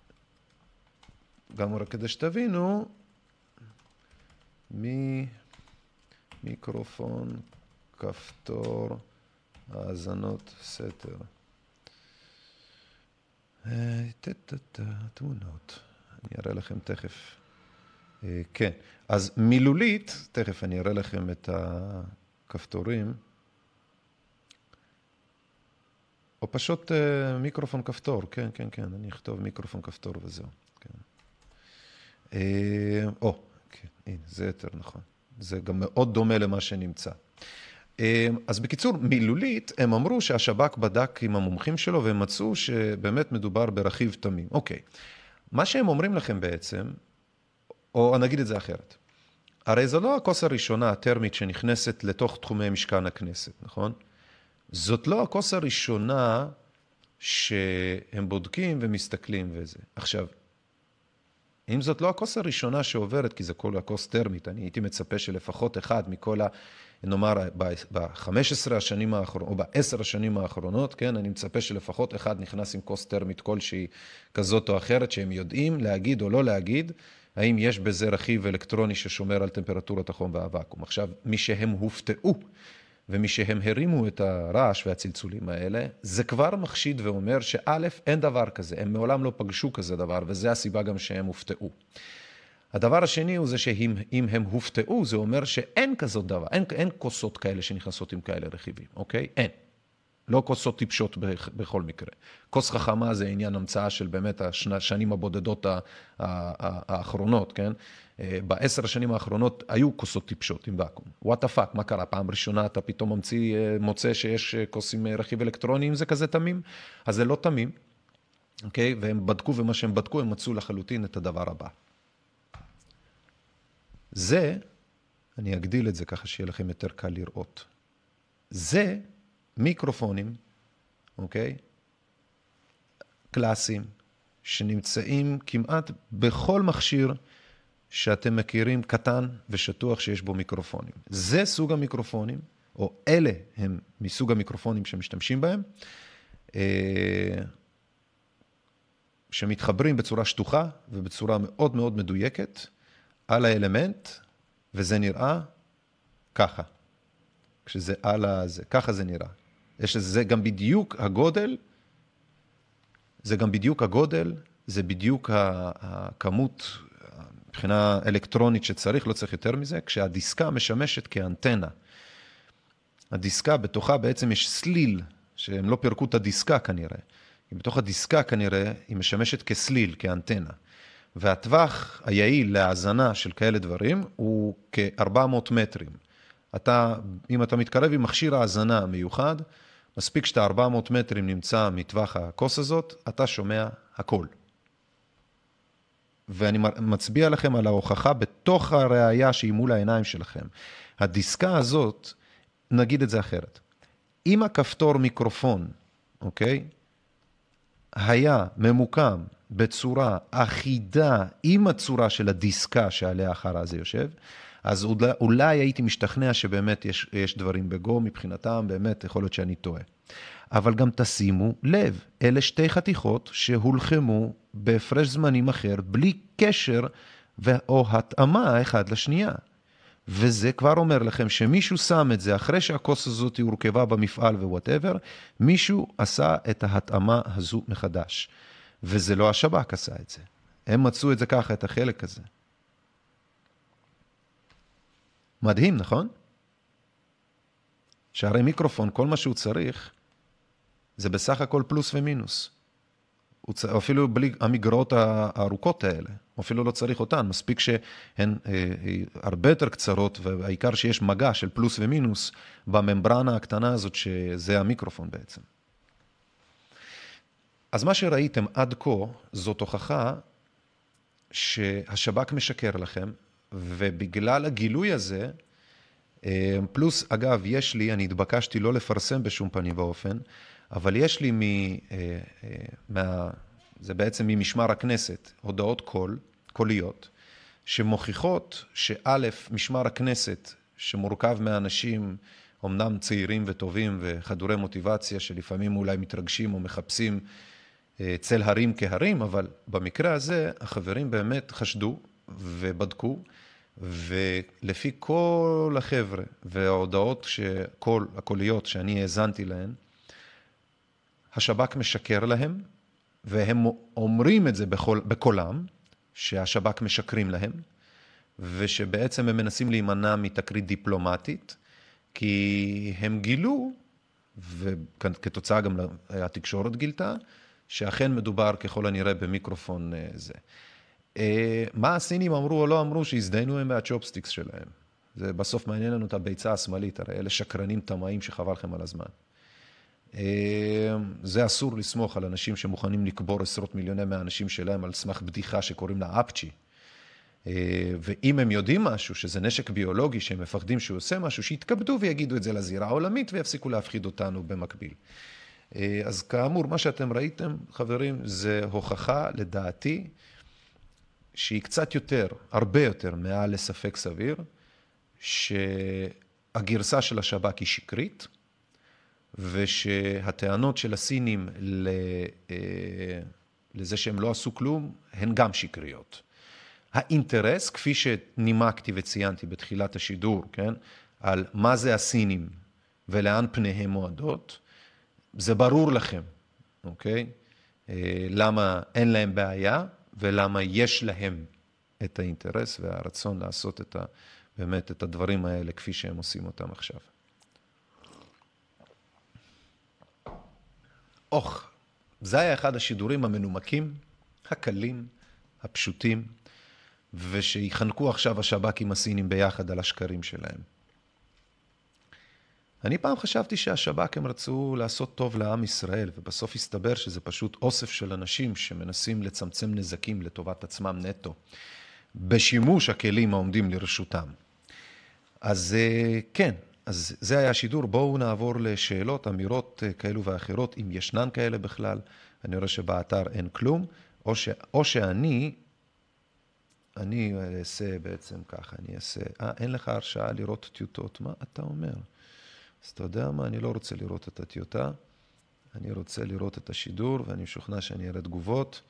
גם רק כדי שתבינו, מיקרופון, כפתור, האזנות, סתר. תמונות, אני אראה לכם תכף. כן, אז מילולית, תכף אני אראה לכם את הכפתורים, או פשוט מיקרופון כפתור, כן, אני אכתוב מיקרופון כפתור וזהו. כן, הנה, זה יותר נכון. זה גם מאוד דומה למה שנמצא. אז בקיצור, מילולית, הם אמרו שהשב"כ בדק עם המומחים שלו, והם מצאו שבאמת מדובר ברכיב תמים. אוקיי. מה שהם אומרים לכם בעצם, או נגיד את זה אחרת, הרי זו לא הכוס הראשונה הטרמית שנכנסת לתוך תחומי משכן הכנסת, נכון? זאת לא הכוס הראשונה שהם בודקים ומסתכלים וזה. עכשיו, אם זאת לא הכוס הראשונה שעוברת, כי זה כל הכוס טרמית, אני הייתי מצפה שלפחות אחד מכל נאמר, ב-15 השנים האחרונות, או ב-10 השנים האחרונות, כן, אני מצפה שלפחות אחד נכנס עם כוס טרמית כלשהי כזאת או אחרת, שהם יודעים להגיד או לא להגיד, האם יש בזה רכיב אלקטרוני ששומר על טמפרטורת החום והוואקום. עכשיו, מי שהם הופתעו, ומי שהם הרימו את הרעש והצלצולים האלה, זה כבר מחשיד ואומר שא', אין דבר כזה, הם מעולם לא פגשו כזה דבר, וזה הסיבה גם שהם הופתעו. הדבר השני הוא זה שאם הם הופתעו, זה אומר שאין כזאת דבר, אין כוסות כאלה שנכנסות עם כאלה רכיבים, אוקיי? אין. לא כוסות טיפשות בכל מקרה. כוס חכמה זה עניין המצאה של באמת השנים הבודדות האחרונות, כן? ב10 השנים האחרונות היו כוסות טיפשות עם ואקום. What the fuck, מה קרה? פעם ראשונה אתה פתאום מוצא שיש כוס עם רכיב אלקטרוני, אם זה כזה תמים? אז זה לא תמים, אוקיי? והם בדקו, ומה שהם בדקו, הם מצאו לחלוטין את הדבר הבא. זה, אני אגדיל את זה ככה שיהיה לכם יותר קל לראות. זה מיקרופונים, אוקיי? קלאסיים, שנמצאים כמעט בכל מכשיר שאתם מכירים קטן ושטוח שיש בו מיקרופונים. זה סוג המיקרופונים, או אלה הם מסוג המיקרופונים שמשתמשים בהם, שמתחברים בצורה שטוחה ובצורה מאוד מאוד מדויקת על האלמנט, וזה נראה ככה. כשזה על הזה, ככה זה נראה. זה גם בדיוק הגודל, זה בדיוק הכמות, מבחינה אלקטרונית שצריך, לא צריך יותר מזה, כשהדיסקה משמשת כאנטנה. הדיסקה בתוכה בעצם יש סליל, שהם לא פירקו את הדיסקה כנראה. בתוך הדיסקה כנראה היא משמשת כסליל, כאנטנה. והטווח היעיל להאזנה של כאלה דברים הוא כ-400 מטרים. אם אתה מתקרב עם מכשיר ההאזנה המיוחד, מספיק שאתה 400 מטרים נמצא מטווח הכוס הזאת, אתה שומע הכל. ואני מצביע לכם על ההוכחה בתוך הראייה שהיא מול העיניים שלכם. הדיסקה הזאת, נגיד את זה אחרת. אם הכפתור מיקרופון, אוקיי? היה ממוקם בצורה אחידה עם הצורה של הדיסקה שעליה אחר זה יושב, אז אולי הייתי משתכנע שבאמת יש דברים בגו, מבחינתם באמת יכול להיות שאני טועה. אבל גם תשימו לב, אלה שתי חתיכות שהולחמו בהפרש זמנים אחר, בלי קשר או התאמה אחד לשנייה. וזה כבר אומר לכם שמישהו שם את זה, אחרי שהכוס הזאת הורכבה במפעל ווואטאבר, מישהו עשה את ההתאמה הזו מחדש. וזה לא השב"כ עשה את זה. הם מצאו את זה ככה, את החלק הזה. מדהים, נכון? שהרי מיקרופון, כל מה שהוא צריך, זה בסך הכל פלוס ומינוס. אפילו בלי המגרעות הארוכות האלה, אפילו לא צריך אותן, מספיק שהן הרבה יותר קצרות, והעיקר שיש מגע של פלוס ומינוס בממברנה הקטנה הזאת, שזה המיקרופון בעצם. אז מה שראיתם עד כה, זאת הוכחה שהשב"כ משקר לכם, ובגלל הגילוי הזה, פלוס, אגב, יש לי, אני התבקשתי לא לפרסם בשום פנים ואופן, אבל יש לי זה בעצם ממשמר הכנסת, הודעות קוליות, שמוכיחות שא', משמר הכנסת, שמורכב מאנשים, אמנם צעירים וטובים וחדורי מוטיבציה, שלפעמים אולי מתרגשים או מחפשים צל הרים כהרים, אבל במקרה הזה החברים באמת חשדו ובדקו, ולפי כל החבר'ה וההודעות הקוליות שאני האזנתי להן, השב"כ משקר להם, והם אומרים את זה בקולם, שהשב"כ משקרים להם, ושבעצם הם מנסים להימנע מתקרית דיפלומטית, כי הם גילו, וכתוצאה גם התקשורת גילתה, שאכן מדובר ככל הנראה במיקרופון זה. מה הסינים אמרו או לא אמרו? שהזדיינו הם מהצ'ופסטיקס שלהם. זה בסוף מעניין לנו את הביצה השמאלית, הרי אלה שקרנים תמאים שחבל לכם על הזמן. זה אסור לסמוך על אנשים שמוכנים לקבור עשרות מיליוני מהאנשים שלהם על סמך בדיחה שקוראים לה אפצ'י. ואם הם יודעים משהו, שזה נשק ביולוגי, שהם מפחדים שהוא עושה משהו, שיתכבדו ויגידו את זה לזירה העולמית ויפסיקו להפחיד אותנו במקביל. אז כאמור, מה שאתם ראיתם, חברים, זה הוכחה לדעתי, שהיא קצת יותר, הרבה יותר, מעל לספק סביר, שהגרסה של השב"כ היא שקרית, ושהטענות של הסינים לזה שהם לא עשו כלום, הן גם שקריות. האינטרס, כפי שנימקתי וציינתי בתחילת השידור, כן, על מה זה הסינים ולאן פניהם מועדות, זה ברור לכם, אוקיי? למה אין להם בעיה ולמה יש להם את האינטרס והרצון לעשות באמת את הדברים האלה כפי שהם עושים אותם עכשיו. זה היה אחד השידורים המנומקים, הקלים, הפשוטים, ושיחנקו עכשיו השב"כים הסינים ביחד על השקרים שלהם. אני פעם חשבתי שהשב"כ הם רצו לעשות טוב לעם ישראל, ובסוף הסתבר שזה פשוט אוסף של אנשים שמנסים לצמצם נזקים לטובת עצמם נטו, בשימוש הכלים העומדים לרשותם. אז כן, אז זה היה השידור. בואו נעבור לשאלות, אמירות כאלו ואחרות, אם ישנן כאלה בכלל. אני רואה שבאתר אין כלום, או שאני אעשה בעצם ככה, אני אעשה, אין לך הרשאה לראות טיוטות, מה אתה אומר? אז אתה יודע מה, אני לא רוצה לראות את הטיוטה, אני רוצה לראות את השידור, ואני משוכנע שאני אראה תגובות.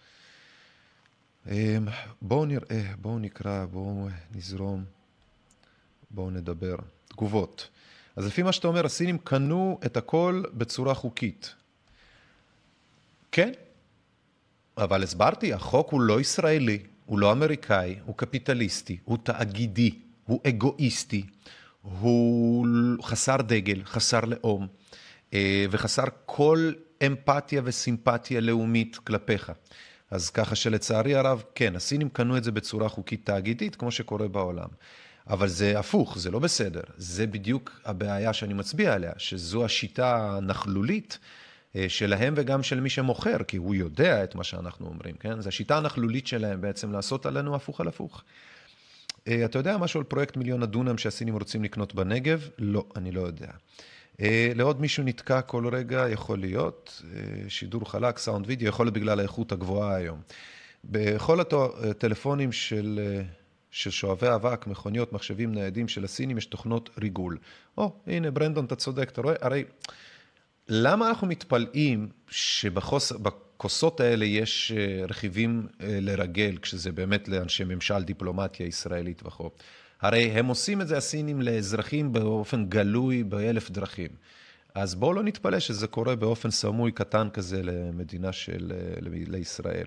בואו נראה, בואו נקרא, בואו נזרום, בואו נדבר. תגובות. אז לפי מה שאתה אומר, הסינים קנו את הכל בצורה חוקית. כן, אבל הסברתי, החוק הוא לא ישראלי, הוא לא אמריקאי, הוא קפיטליסטי, הוא תאגידי, הוא אגואיסטי, הוא חסר דגל, חסר לאום, וחסר כל אמפתיה וסימפתיה לאומית כלפיך. אז ככה שלצערי הרב, כן, הסינים קנו את זה בצורה חוקית תאגידית, כמו שקורה בעולם. אבל זה הפוך, זה לא בסדר. זה בדיוק הבעיה שאני מצביע עליה, שזו השיטה הנכלולית שלהם וגם של מי שמוכר, כי הוא יודע את מה שאנחנו אומרים, כן? זו השיטה הנכלולית שלהם בעצם לעשות עלינו הפוך על הפוך. אתה יודע משהו על פרויקט 1,000,000 הדונם שהסינים רוצים לקנות בנגב? לא, אני לא יודע. לעוד מישהו נתקע כל רגע, יכול להיות, שידור חלק, סאונד וידאו, יכול להיות בגלל האיכות הגבוהה היום. בכל הטלפונים של שואבי אבק, מכוניות, מחשבים ניידים של הסינים, יש תוכנות ריגול. הנה, ברנדון, אתה צודק, אתה רואה? הרי, למה אנחנו מתפלאים שבכוסות האלה יש רכיבים לרגל, כשזה באמת לאנשי ממשל דיפלומטיה ישראלית וכו'? הרי הם עושים את זה, הסינים, לאזרחים באופן גלוי ב1,000 דרכים. אז בואו לא נתפלא שזה קורה באופן סמוי קטן כזה למדינה לישראל.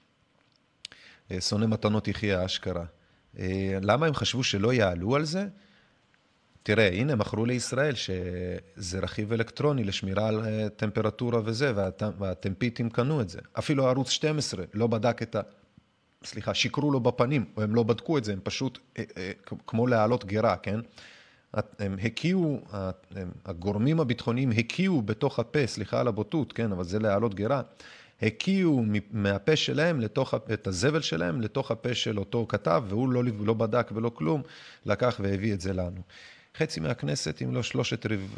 שונא מתנות יחיה אשכרה. למה הם חשבו שלא יעלו על זה? תראה, הנה, מכרו לישראל שזה רכיב אלקטרוני לשמירה על טמפרטורה וזה, והטמפיטים קנו את זה. אפילו ערוץ 12 לא בדק את שיקרו לו בפנים, או הם לא בדקו את זה, הם פשוט כמו להעלות גירה, כן? הם הקיעו, הגורמים הביטחוניים הקיעו בתוך הפה, סליחה על הבוטות, כן? אבל זה להעלות גירה. הקיעו מהפה שלהם, את הזבל שלהם, לתוך הפה של אותו כתב, והוא לא בדק ולא כלום, לקח והביא את זה לנו. חצי מהכנסת, אם לא 3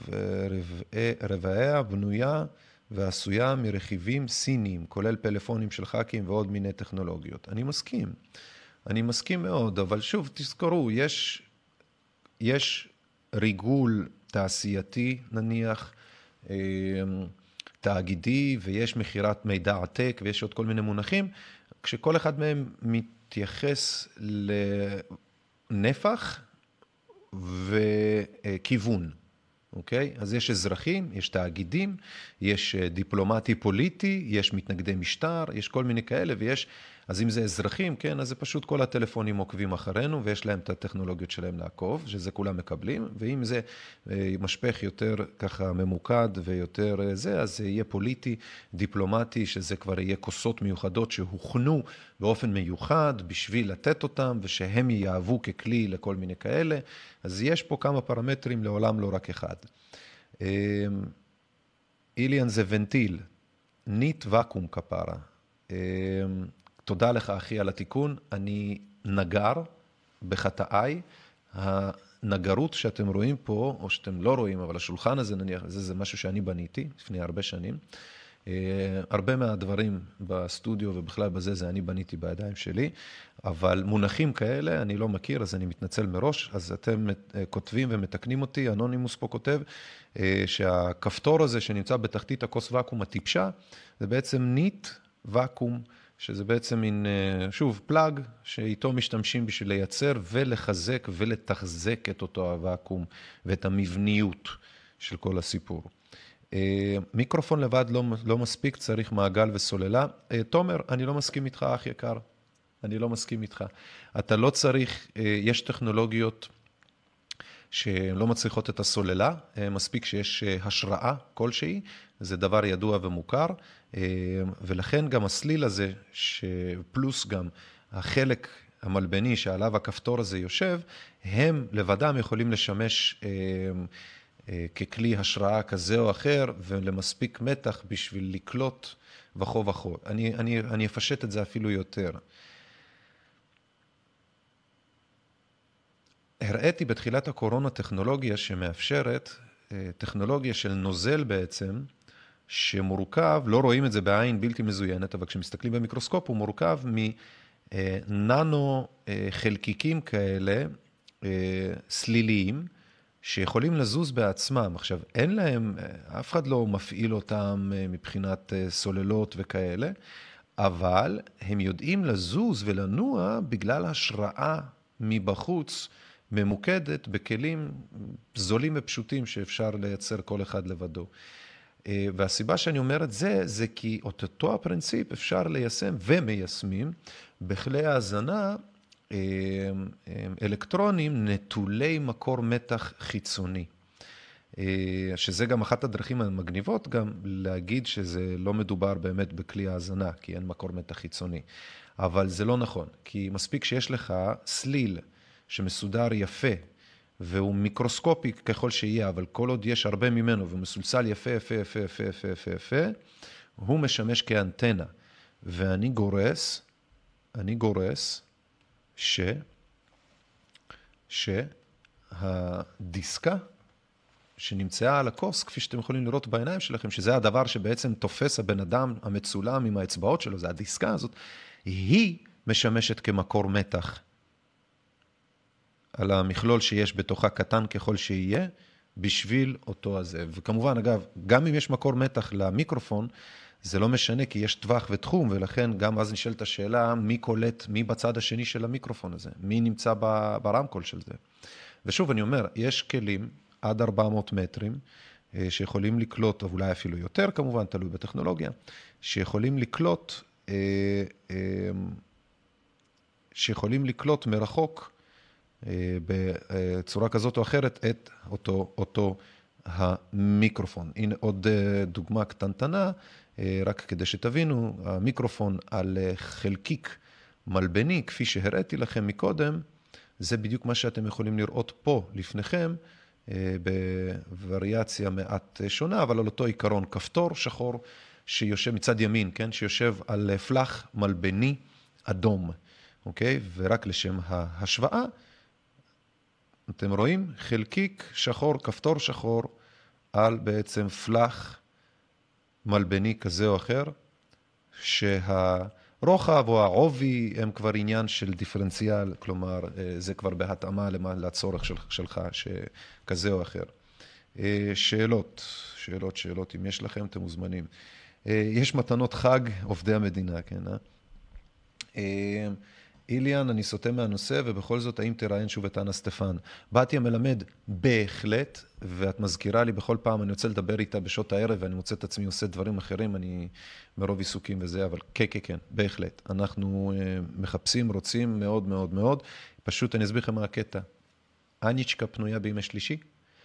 רבעיה, בנויה ועשויה מרכיבים סיניים, כולל פלאפונים של ח"כים ועוד מיני טכנולוגיות. אני מסכים מאוד, אבל שוב, תזכרו, יש ריגול תעשייתי, נניח, תאגידי, ויש מחירת מידע עתק, ויש עוד כל מיני מונחים, כשכל אחד מהם מתייחס לנפח וכיוון, אוקיי? אז יש אזרחים, יש תאגידים, יש דיפלומטי פוליטי, יש מתנגדי משטר, יש כל מיני כאלה, אז אם זה אזרחים, כן, אז זה פשוט כל הטלפונים עוקבים אחרינו, ויש להם את הטכנולוגיות שלהם לעקוב, שזה כולם מקבלים, ואם זה משפך יותר ככה ממוקד ויותר זה, אז זה יהיה פוליטי, דיפלומטי, שזה כבר יהיה כוסות מיוחדות שהוכנו באופן מיוחד בשביל לתת אותם, ושהם יעבו ככלי לכל מיני כאלה. אז יש פה כמה פרמטרים, לעולם לא רק אחד. איליאן זה ונטיל, ניט וקום כפרה. תודה לך אחי על התיקון, אני נגר בחטאי, הנגרות שאתם רואים פה, או שאתם לא רואים, אבל השולחן הזה נניח, זה משהו שאני בניתי לפני הרבה שנים, הרבה מהדברים בסטודיו ובכלל בזה, זה אני בניתי בידיים שלי, אבל מונחים כאלה אני לא מכיר, אז אני מתנצל מראש, אז אתם כותבים ומתקנים אותי, אנונימוס פה כותב, שהכפתור הזה שנמצא בתחתית הכוס וקום הטיפשה, זה בעצם ניט וקום, שזה בעצם מין, שוב, פלאג, שאיתו משתמשים בשביל לייצר ולחזק ולתחזק את אותו הוואקום ואת המבניות של כל הסיפור. מיקרופון לבד לא מספיק, צריך מעגל וסוללה. תומר, אני לא מסכים איתך, אח יקר. אני לא מסכים איתך. אתה לא צריך, יש טכנולוגיות שלא מצריכות את הסוללה, מספיק שיש השראה כלשהי, זה דבר ידוע ומוכר, ולכן גם הסליל הזה, פלוס גם החלק המלבני שעליו הכפתור הזה יושב, הם לבדם יכולים לשמש ככלי השראה כזה או אחר, ולמספיק מתח בשביל לקלוט וכו וכו. אני אפשט את זה אפילו יותר. הראיתי בתחילת הקורונה טכנולוגיה שמאפשרת, טכנולוגיה של נוזל בעצם, שמורכב, לא רואים את זה בעין בלתי מזוינת, אבל כשמסתכלים במיקרוסקופ הוא מורכב מננו חלקיקים כאלה, סליליים, שיכולים לזוז בעצמם. עכשיו, אין להם, אף אחד לא מפעיל אותם מבחינת סוללות וכאלה, אבל הם יודעים לזוז ולנוע בגלל השראה מבחוץ, ממוקדת בכלים זולים ופשוטים שאפשר לייצר כל אחד לבדו. והסיבה שאני אומר את זה, זה כי אותו הפרינציפ אפשר ליישם ומיישמים בכלי ההזנה אלקטרונים נטולי מקור מתח חיצוני. שזה גם אחת הדרכים המגניבות גם להגיד שזה לא מדובר באמת בכלי ההזנה, כי אין מקור מתח חיצוני. אבל זה לא נכון, כי מספיק שיש לך סליל שמסודר יפה, והוא מיקרוסקופי ככל שיהיה, אבל כל עוד יש הרבה ממנו, ומסולסל יפה, יפה, יפה, יפה, יפה, יפה, יפה, הוא משמש כאנטנה. ואני גורס שהדיסקה שנמצאה על הכוס, כפי שאתם יכולים לראות בעיניים שלכם, שזה הדבר שבעצם תופס הבן אדם המצולם עם האצבעות שלו, זה הדיסקה הזאת, היא משמשת כמקור מתח על המכלול שיש בתוכה קטן ככל שיהיה, בשביל אותו הזה. וכמובן, אגב, גם אם יש מקור מתח למיקרופון, זה לא משנה, כי יש טווח ותחום, ולכן גם אז נשאלת השאלה, מי קולט, מי בצד השני של המיקרופון הזה? מי נמצא ברמקול של זה? ושוב, אני אומר, יש כלים עד 400 מטרים, שיכולים לקלוט, אולי אפילו יותר כמובן, תלוי בטכנולוגיה, שיכולים לקלוט מרחוק, בצורה כזאת או אחרת, את אותו המיקרופון. הנה עוד דוגמה קטנטנה, רק כדי שתבינו, המיקרופון על חלקיק מלבני, כפי שהראיתי לכם מקודם, זה בדיוק מה שאתם יכולים לראות פה לפניכם, בווריאציה מעט שונה, אבל על אותו עיקרון, כפתור שחור שיושב מצד ימין, כן? שיושב על פלח מלבני אדום, אוקיי? ורק לשם ההשוואה, אתם רואים? חלקיק שחור, כפתור שחור, על בעצם פלח מלבני כזה או אחר, שהרוחב או העובי הם כבר עניין של דיפרנציאל, כלומר, זה כבר בהתאמה לצורך שלך, כזה או אחר. שאלות, אם יש לכם, אתם מוזמנים. יש מתנות חג, עובדי המדינה, כן? איליאן, אני סוטה מהנושא, ובכל זאת, האם תראיין שוב את אנה סטפן? באתי המלמד בהחלט, ואת מזכירה לי בכל פעם, אני רוצה לדבר איתה בשעות הערב, ואני מוצא את עצמי עושה דברים אחרים, אני מרוב עיסוקים וזה, אבל כן, בהחלט. אנחנו מחפשים, רוצים מאוד מאוד מאוד, פשוט אני אסביר לכם מה הקטע. אניצ'קה פנויה בימי שלישי,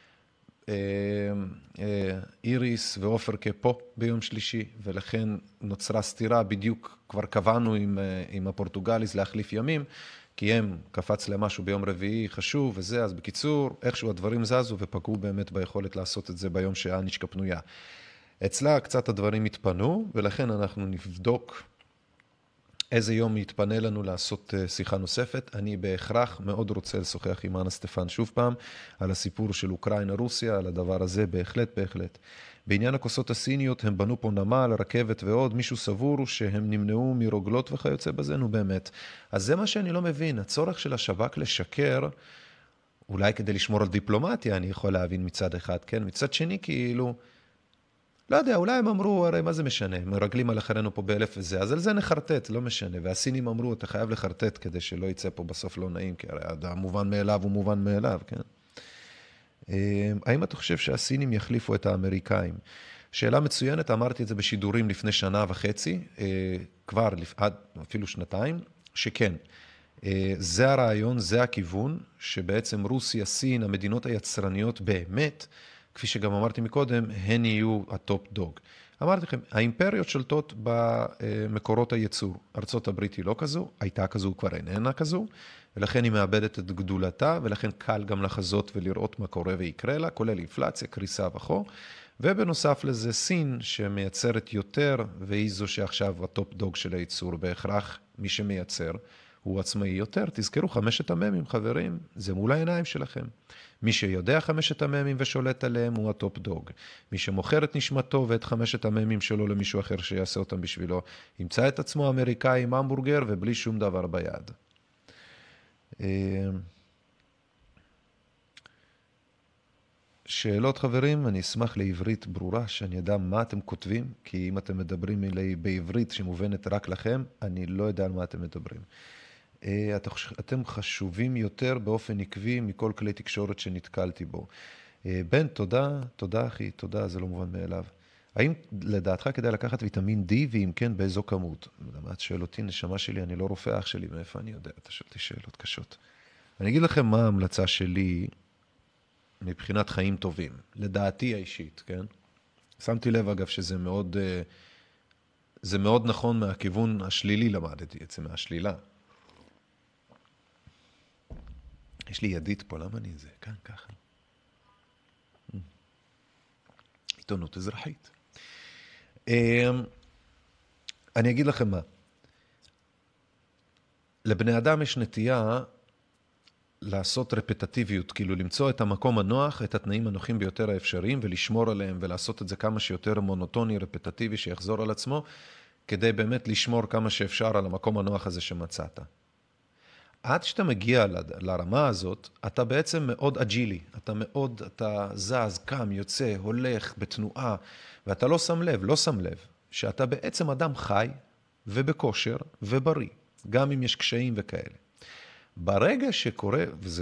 איריס ואופר כפה ביום שלישי, ולכן נוצרה סתירה, בדיוק כבר קבענו עם הפורטוגליז להחליף ימים, כי הם קפץ למשהו ביום רביעי חשוב וזה, אז בקיצור, איכשהו הדברים זזו ופגעו באמת ביכולת לעשות את זה ביום שהאניצ'קה פנויה. אצלה קצת הדברים התפנו, ולכן אנחנו נבדוק איזה יום יתפנה לנו לעשות שיחה נוספת. אני בהכרח מאוד רוצה לשוחח עם אנה סטפן שוב פעם, על הסיפור של אוקראינה-רוסיה, על הדבר הזה, בהחלט. בעניין הכוסות הסיניות, הם בנו פה נמל, רכבת ועוד, מישהו סבור שהם נמנעו מרוגלות וכיוצא בזה, נו באמת. אז זה מה שאני לא מבין, הצורך של השב"כ לשקר, אולי כדי לשמור על דיפלומטיה, אני יכול להבין מצד אחד, כן? מצד שני, כאילו, לא יודע, אולי הם אמרו, הרי מה זה משנה? הם מרגלים על אחרינו פה באלף וזה, אז על זה נחרטט, לא משנה. והסינים אמרו, אתה חייב לחרטט כדי שלא יצא פה בסוף לא נעים, כי הרי המובן מאליו הוא מובן מאליו, כן? האם אתה חושב שהסינים יחליפו את האמריקאים? שאלה מצוינת, אמרתי את זה בשידורים לפני שנה וחצי, כבר עד אפילו שנתיים, שכן. זה הרעיון, זה הכיוון, שבעצם רוסיה, סין, המדינות היצרניות באמת, כפי שגם אמרתי מקודם, הן יהיו הטופ דוג. אמרתי לכם, האימפריות שולטות במקורות הייצור. ארצות הברית היא לא כזו, הייתה כזו, כבר איננה כזו, ולכן היא מאבדת את גדולתה, ולכן קל גם לחזות ולראות מה קורה ויקרה לה, כולל אינפלציה, קריסה וכו'. ובנוסף לזה סין שמייצרת יותר, והיא זו שעכשיו הטופ דוג של הייצור, בהכרח מי שמייצר הוא עצמאי יותר. תזכרו, 5 המ"מים, חברים, זה מול העיניים שלכם. מי שיודע 5 המ"מים ושולט עליהם הוא הטופ דוג. מי שמוכר את נשמתו ואת 5 המ"מים שלו למישהו אחר שיעשה אותם בשבילו, ימצא את עצמו אמריקאי עם המבורגר ובלי שום דבר ביד. שאלות חברים, אני אשמח לעברית ברורה, שאני יודע מה אתם כותבים, כי אם אתם מדברים אליי בעברית שמובנת רק לכם, אני לא יודע על מה אתם מדברים. אתם חשובים יותר באופן עקבי מכל כלי תקשורת שנתקלתי בו. בן, תודה אחי, תודה, זה לא מובן מאליו. האם לדעתך כדאי לקחת ויטמין D, ואם כן, באיזו כמות? למה את שואל אותי, נשמה שלי, אני לא רופא אח שלי, מאיפה אני יודע? אתה שואל אותי שאלות קשות. אני אגיד לכם מה ההמלצה שלי מבחינת חיים טובים, לדעתי האישית, כן? שמתי לב אגב שזה מאוד, זה מאוד נכון מהכיוון השלילי למדתי, בעצם מהשלילה. יש לי ידית פה, למה אני זה? כאן, ככה. עיתונות אזרחית. אני אגיד לכם מה. לבני אדם יש נטייה לעשות רפטטיביות, כאילו למצוא את המקום הנוח, את התנאים הנוחים ביותר האפשריים, ולשמור עליהם, ולעשות את זה כמה שיותר מונוטוני, רפטטיבי, שיחזור על עצמו, כדי באמת לשמור כמה שאפשר על המקום הנוח הזה שמצאת. עד שאתה מגיע לרמה הזאת, אתה בעצם מאוד אג'ילי, אתה זז, קם, יוצא, הולך בתנועה, ואתה לא שם לב, שאתה בעצם אדם חי ובכושר ובריא, גם אם יש קשיים וכאלה. ברגע שקורה,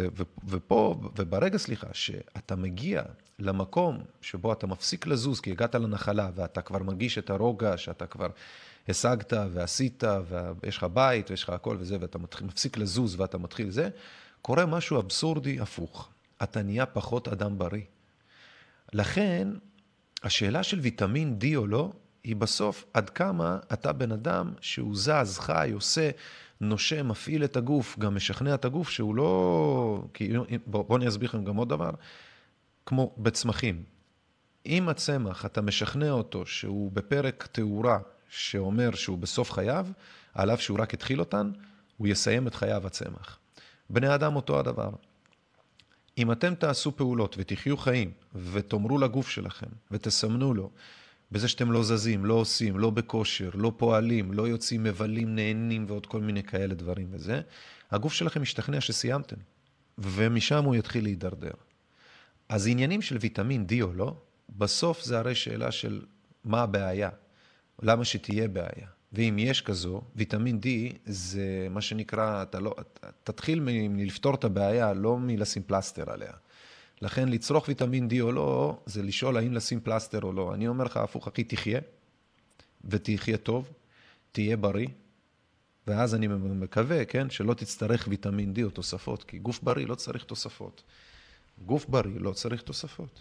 שאתה מגיע למקום שבו אתה מפסיק לזוז, כי הגעת לנחלה, ואתה כבר מרגיש את הרוגע, שאתה כבר השגת ועשית, ויש לך בית, ויש לך הכל וזה, ואתה מפסיק לזוז, ואתה מתחיל זה, קורה משהו אבסורדי הפוך. אתה נהיה פחות אדם בריא. לכן, השאלה של ויטמין D או לא, היא בסוף עד כמה אתה בן אדם שהוא זז, חי, עושה, נושם, מפעיל את הגוף, גם משכנע את הגוף שהוא לא... בואו אני אסביר לכם גם עוד דבר, כמו בצמחים. אם הצמח, אתה משכנע אותו שהוא בפרק תאורה, שאומר שהוא בסוף חייו, עליו שהוא רק התחיל אותן, הוא יסיים את חייו הצמח. בני אדם אותו הדבר. אם אתם תעשו פעולות ותחיו חיים, ותאמרו לגוף שלכם, ותסמנו לו, בזה שאתם לא זזים, לא עושים, לא בכושר, לא פועלים, לא יוצאים, מבלים, נהנים ועוד כל מיני כאלה דברים וזה, הגוף שלכם משתכנע שסיימתם, ומשם הוא יתחיל להידרדר. אז עניינים של ויטמין D או לא, בסוף זה הרי שאלה של מה הבעיה, למה שתהיה בעיה. ואם יש כזו, ויטמין D זה מה שנקרא, תתחיל מלפתור את הבעיה, לא מלשים פלסטר עליה. לכן לצרוך ויטמין D או לא, זה לשאול האם לשים פלסטר או לא. אני אומר לך, הפוך, אחי, תחיה, ותחיה טוב, תהיה בריא, ואז אני מקווה, כן, שלא תצטרך ויטמין D או תוספות, כי גוף בריא לא צריך תוספות. גוף בריא לא צריך תוספות.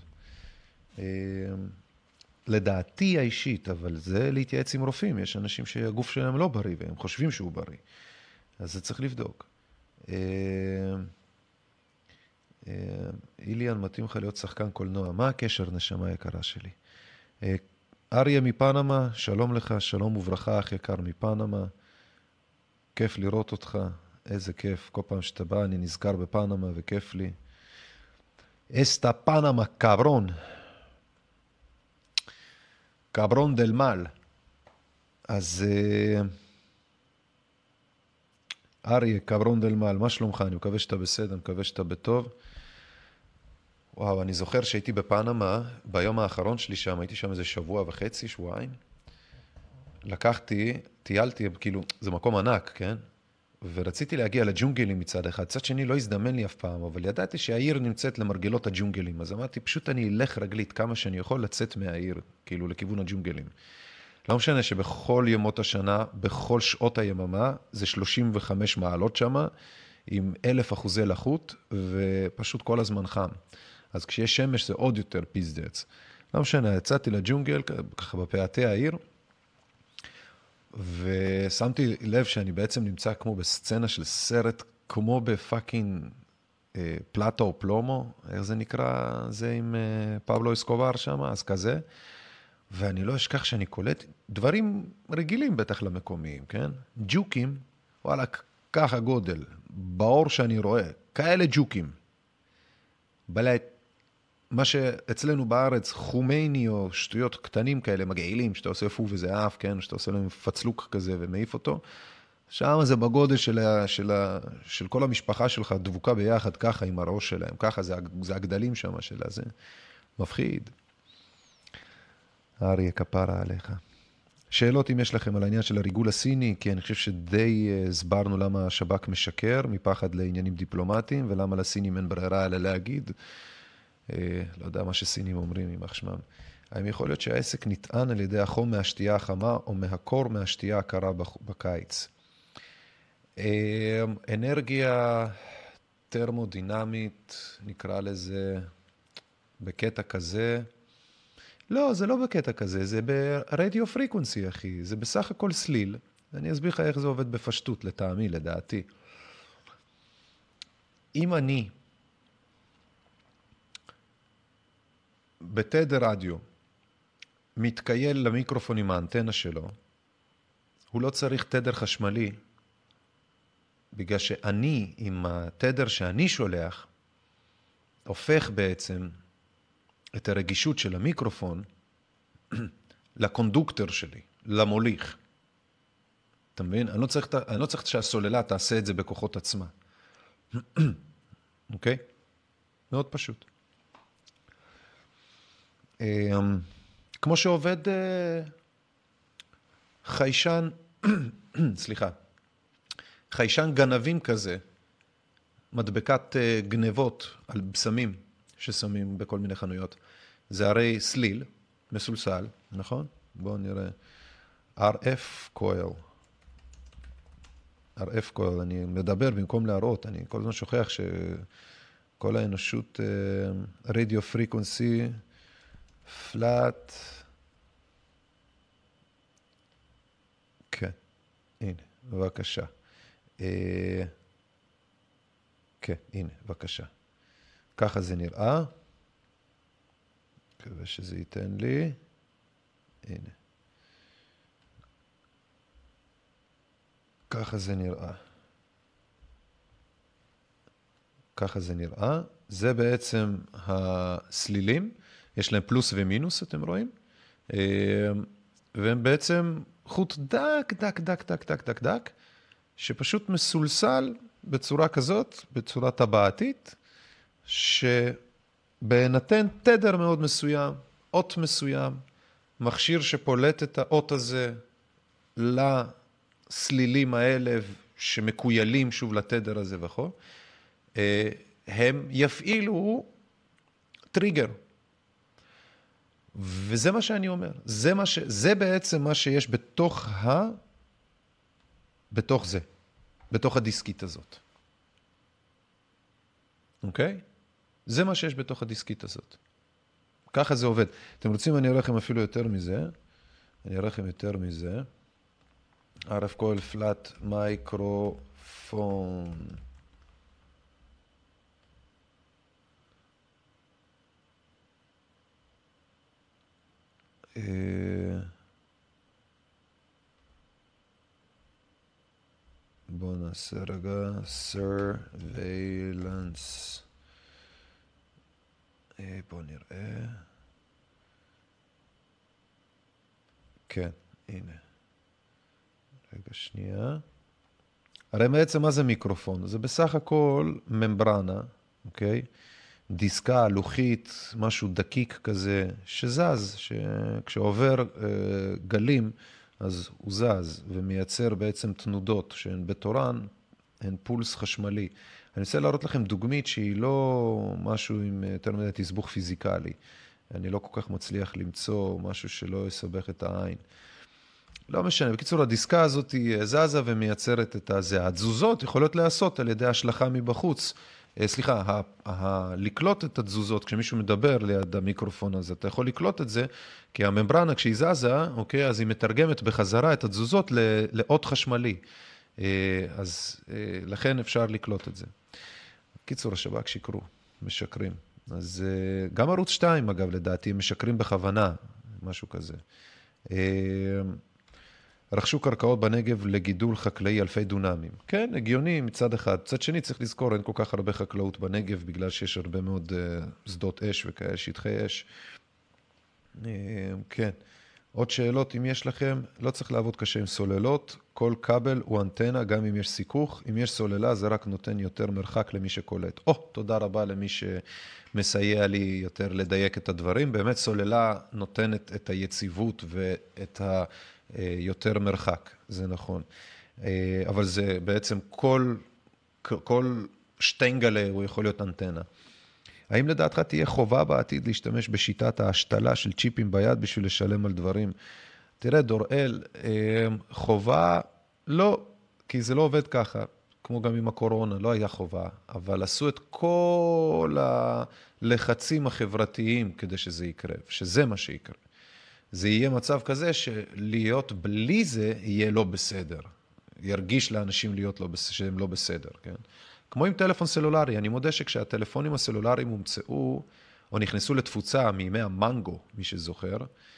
לדעתי האישית, אבל זה להתייעץ עם רופאים. יש אנשים שהגוף שלהם לא בריא, והם חושבים שהוא בריא. אז זה צריך לבדוק. איליאן, מתאים לך להיות שחקן קולנוע. מה הקשר, נשמה יקרה שלי? אריה מפנמה, שלום לך, שלום וברכה, אח יקר מפנמה. כיף לראות אותך, איזה כיף. כל פעם שאתה בא, אני נזכר בפנמה וכיף לי. אסטה פנמה, קברון. קברון דל מל. אז אריה, קברון דל מל, מה שלומך? אני מקווה שאתה בסדר, אני מקווה שאתה בטוב. וואו, אני זוכר שהייתי בפנמה, ביום האחרון שלי שם, הייתי שם איזה שבוע וחצי, שבועיים. טיילתי, כאילו, זה מקום ענק, כן? ורציתי להגיע לג'ונגלים מצד אחד. צד שני לא הזדמן לי אף פעם, אבל ידעתי שהעיר נמצאת למרגלות הג'ונגלים. אז אמרתי, פשוט אני אלך רגלית כמה שאני יכול לצאת מהעיר, כאילו, לכיוון הג'ונגלים. לא משנה שבכל ימות השנה, בכל שעות היממה, זה 35 מעלות שמה, עם 1000% לחות, ופשוט כל הזמן חם. אז כשיש שמש זה עוד יותר פיזדץ. לא משנה, יצאתי לג'ונגל, ככה בפאתי העיר, ושמתי לב שאני בעצם נמצא כמו בסצנה של סרט, כמו בפאקינג פלטה או פלומו, איך זה נקרא, זה עם פבלו אסקובר שם, אז כזה. ואני לא אשכח שאני קולט דברים רגילים בטח למקומיים, כן? ג'וקים, וואלה, ככה גודל, באור שאני רואה, כאלה ג'וקים. בלעת, מה שאצלנו בארץ, חומייני או שטויות קטנים כאלה, מגעילים, שאתה עושה פו וזה אף, כן? שאתה עושה להם פצלוק כזה ומעיף אותו. שם זה בגודל של כל המשפחה שלך, דבוקה ביחד ככה עם הראש שלהם, ככה זה הגדלים שם של הזה. מפחיד. אריה, כפרה עליך. שאלות אם יש לכם על העניין של הריגול הסיני, כי אני חושב שדי הסברנו למה השב"כ משקר, מפחד לעניינים דיפלומטיים, ולמה לסינים אין ברירה אלא להגיד, לא יודע מה שסינים אומרים, יימח שמם. האם יכול להיות שהעסק נטען על ידי החום מהשתייה החמה, או מהקור מהשתייה הקרה בקיץ? אנרגיה טרמודינמית, נקרא לזה, בקטע כזה, לא, זה לא בקטע כזה, זה ברדיו פריקונסי, אחי. זה בסך הכל סליל. אני אסביר לך איך זה עובד בפשטות, לטעמי, לדעתי. אם אני בתדר רדיו מתקייל למיקרופון עם האנטנה שלו, הוא לא צריך תדר חשמלי, בגלל שאני, עם התדר שאני שולח, הופך בעצם את הרגישות של המיקרופון לקונדוקטור שלי, למוליך. אתה מבין? אני לא צריך שהסוללה תעשה את זה בכוחות עצמה. אוקיי? מאוד פשוט. כמו שעובד חיישן, סליחה, חיישן גנבים כזה, מדבקת גנבות על בשמים ששמים בכל מיני חנויות. זה הרי סליל, מסולסל, נכון? בואו נראה. RF coil. RF coil, אני מדבר במקום להראות, אני כל הזמן שוכח שכל האנושות, radio frequency, flat, כן, הנה, בבקשה. כן, הנה, בבקשה. ככה זה נראה. מקווה שזה ייתן לי. הנה. ככה זה נראה. ככה זה נראה. זה בעצם הסלילים. יש להם פלוס ומינוס, אתם רואים? והם בעצם חוט דק, דק, דק, דק, דק, דק, דק, שפשוט מסולסל בצורה כזאת, בצורה טבעתית, שבהינתן תדר מאוד מסוים, אות מסוים, מכשיר שפולט את האות הזה לסלילים האלה שמקוילים שוב לתדר הזה וכו', הם יפעילו טריגר. וזה מה שאני אומר. זה בעצם מה שיש בתוך זה. בתוך הדיסקית הזאת. אוקיי? זה מה שיש בתוך הדיסקית הזאת. ככה זה עובד. אתם רוצים, אני אראה לכם אפילו יותר מזה. RF coil flat microphone. בואו נעשה רגע surveillance. בואו נראה. כן, הנה. רגע שנייה. הרי בעצם מה זה מיקרופון? זה בסך הכל ממברנה, אוקיי? דיסקה, לוחית, משהו דקיק כזה, שזז, שכשעובר גלים, אז הוא זז, ומייצר בעצם תנודות, שהן בתורן, הן פולס חשמלי. אני רוצה להראות לכם דוגמית שהיא לא משהו עם יותר מדי תסבוך פיזיקלי. אני לא כל כך מצליח למצוא משהו שלא יסבך את העין. לא משנה, בקיצור, הדיסקה הזאת היא זזה ומייצרת את הזה. התזוזות יכולות לעשות על ידי השלכה מבחוץ. סליחה, לקלוט את התזוזות, כשמישהו מדבר ליד המיקרופון הזה, אתה יכול לקלוט את זה, כי הממברנה כשהיא זזה, אוקיי, אז היא מתרגמת בחזרה את התזוזות לאות חשמלי. אז לכן אפשר לקלוט את זה. קיצור, השב"כ שיקרו, משקרים. אז גם ערוץ 2, אגב, לדעתי, הם משקרים בכוונה, משהו כזה. רכשו קרקעות בנגב לגידול חקלאי אלפי דונמים. כן, הגיוני מצד אחד. מצד שני, צריך לזכור, אין כל כך הרבה חקלאות בנגב, בגלל שיש הרבה מאוד שדות אש וכאלה, שטחי אש. כן. עוד שאלות, אם יש לכם, לא צריך לעבוד קשה עם סוללות. כל כבל הוא אנטנה, גם אם יש סיכוך. אם יש סוללה, זה רק נותן יותר מרחק למי שקולט. תודה רבה למי שמסייע לי יותר לדייק את הדברים. באמת, סוללה נותנת את היציבות ואת יותר מרחק, זה נכון. אבל זה בעצם כל שטיינגלה הוא יכול להיות אנטנה. האם לדעתך תהיה חובה בעתיד להשתמש בשיטת ההשתלה של צ'יפים ביד בשביל לשלם על דברים? תראה, דוראל, חובה לא, כי זה לא עובד ככה, כמו גם עם הקורונה, לא היה חובה, אבל עשו את כל הלחצים החברתיים כדי שזה יקרה, שזה מה שיקרה. זה יהיה מצב כזה שלהיות בלי זה יהיה לא בסדר. ירגיש לאנשים שהם לא בסדר, כן? כמו עם טלפון סלולרי, אני מודה שכשהטלפונים הסלולריים הומצאו, או נכנסו לתפוצה מימי המנגו, מי שזוכר,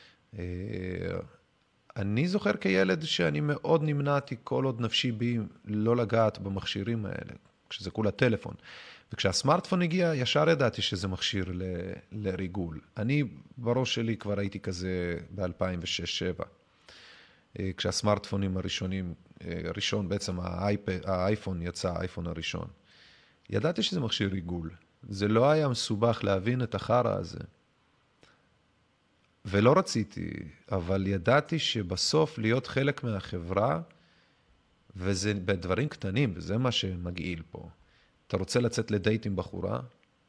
אני זוכר כילד שאני מאוד נמנעתי כל עוד נפשי בי לא לגעת במכשירים האלה, כשזה כולה טלפון. וכשהסמארטפון הגיע, ישר ידעתי שזה מכשיר לריגול. אני בראש שלי כבר הייתי כזה ב-2006-2007. כשהסמארטפונים הראשון, בעצם האייפון יצא, האייפון הראשון. ידעתי שזה מכשיר ריגול. זה לא היה מסובך להבין את החרא הזה. ולא רציתי, אבל ידעתי שבסוף להיות חלק מהחברה, וזה בדברים קטנים, וזה מה שמגעיל פה. אתה רוצה לצאת לדייט עם בחורה?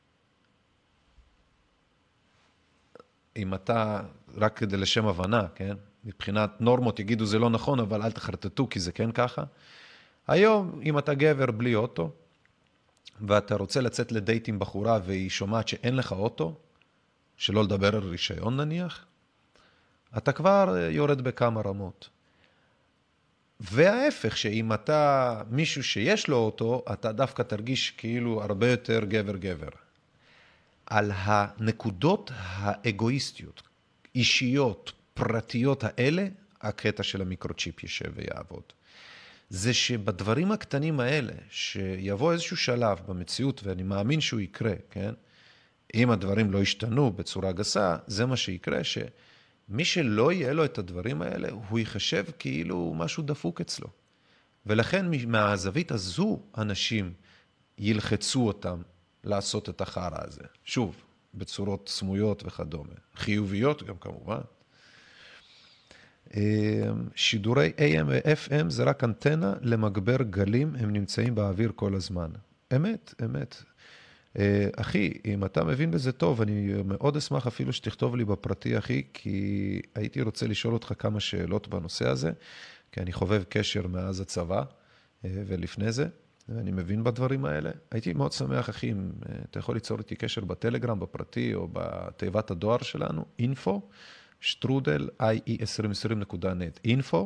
אם אתה, רק כדי לשם הבנה, כן? מבחינת נורמות יגידו זה לא נכון, אבל אל תחרטטו, כי זה כן ככה. היום, אם אתה גבר בלי אוטו, ואתה רוצה לצאת לדייט עם בחורה, והיא שומעת שאין לך אוטו, שלא לדבר על רישיון נניח, אתה כבר יורד בכמה רמות. וההפך, שאם אתה מישהו שיש לו אוטו, אתה דווקא תרגיש כאילו הרבה יותר גבר. על הנקודות האגואיסטיות, אישיות, פרטיות האלה, הקטע של המיקרוצ'יפ ישב ויעבוד. זה שבדברים הקטנים האלה, שיבוא איזשהו שלב במציאות, ואני מאמין שהוא יקרה, כן? אם הדברים לא ישתנו בצורה גסה, זה מה שיקרה, שמי שלא יהיה לו את הדברים האלה, הוא יחשב כאילו משהו דפוק אצלו. ולכן מהזווית הזו, אנשים ילחצו אותם לעשות את החרא הזה. שוב, בצורות סמויות וכדומה. חיוביות גם כמובן. שידורי AM ו-FM זה רק אנטנה למגבר גלים, הם נמצאים באוויר כל הזמן. אמת. אחי, אם אתה מבין בזה טוב, אני מאוד אשמח אפילו שתכתוב לי בפרטי, אחי, כי הייתי רוצה לשאול אותך כמה שאלות בנושא הזה, כי אני חובב קשר מאז הצבא ולפני זה, ואני מבין בדברים האלה. הייתי מאוד שמח, אחי, אם אתה יכול ליצור איתי קשר בטלגרם, בפרטי או בתיבת הדואר שלנו, info@ie2020.net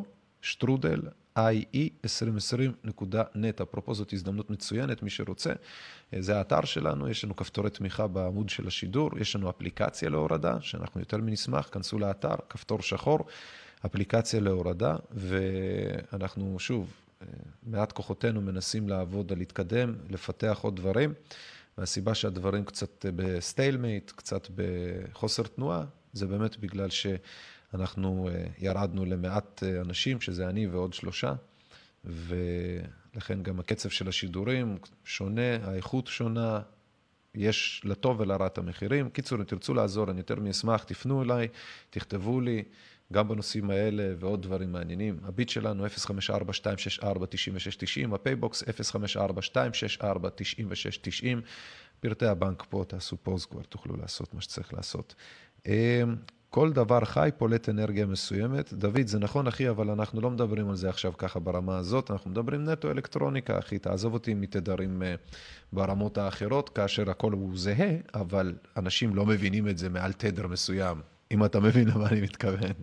info@ie2020.net. אפרופו זאת הזדמנות מצוינת, מי שרוצה. זה האתר שלנו, יש לנו כפתורי תמיכה בעמוד של השידור, יש לנו אפליקציה להורדה, שאנחנו יותר מנשמח, כנסו לאתר, כפתור שחור, אפליקציה להורדה, ואנחנו שוב, מעט כוחותינו מנסים לעבוד על להתקדם, לפתח עוד דברים, והסיבה שהדברים קצת בסטיילמייט, קצת בחוסר תנועה, זה באמת בגלל שאנחנו ירדנו למעט אנשים, שזה אני ועוד 3, ולכן גם הקצב של השידורים שונה, האיכות שונה, יש לטוב ולרע את המחירים. קיצור, אם תרצו לעזור, אני יותר מאשמח, תפנו אליי, תכתבו לי, גם בנושאים האלה ועוד דברים מעניינים. הביט שלנו 054-264-9690, הפייבוקס 054-264-9690, פרטי הבנק פה, תעשו פוז כבר, תוכלו לעשות מה שצריך לעשות. כל דבר חי פולט אנרגיה מסוימת. דוד, זה נכון אחי, אבל אנחנו לא מדברים על זה עכשיו ככה ברמה הזאת, אנחנו מדברים נטו אלקטרוניקה, אחי, תעזוב אותי מתדרים ברמות האחרות, כאשר הכל הוא זהה, אבל אנשים לא מבינים את זה מעל תדר מסוים, אם אתה מבין למה אני מתכוון.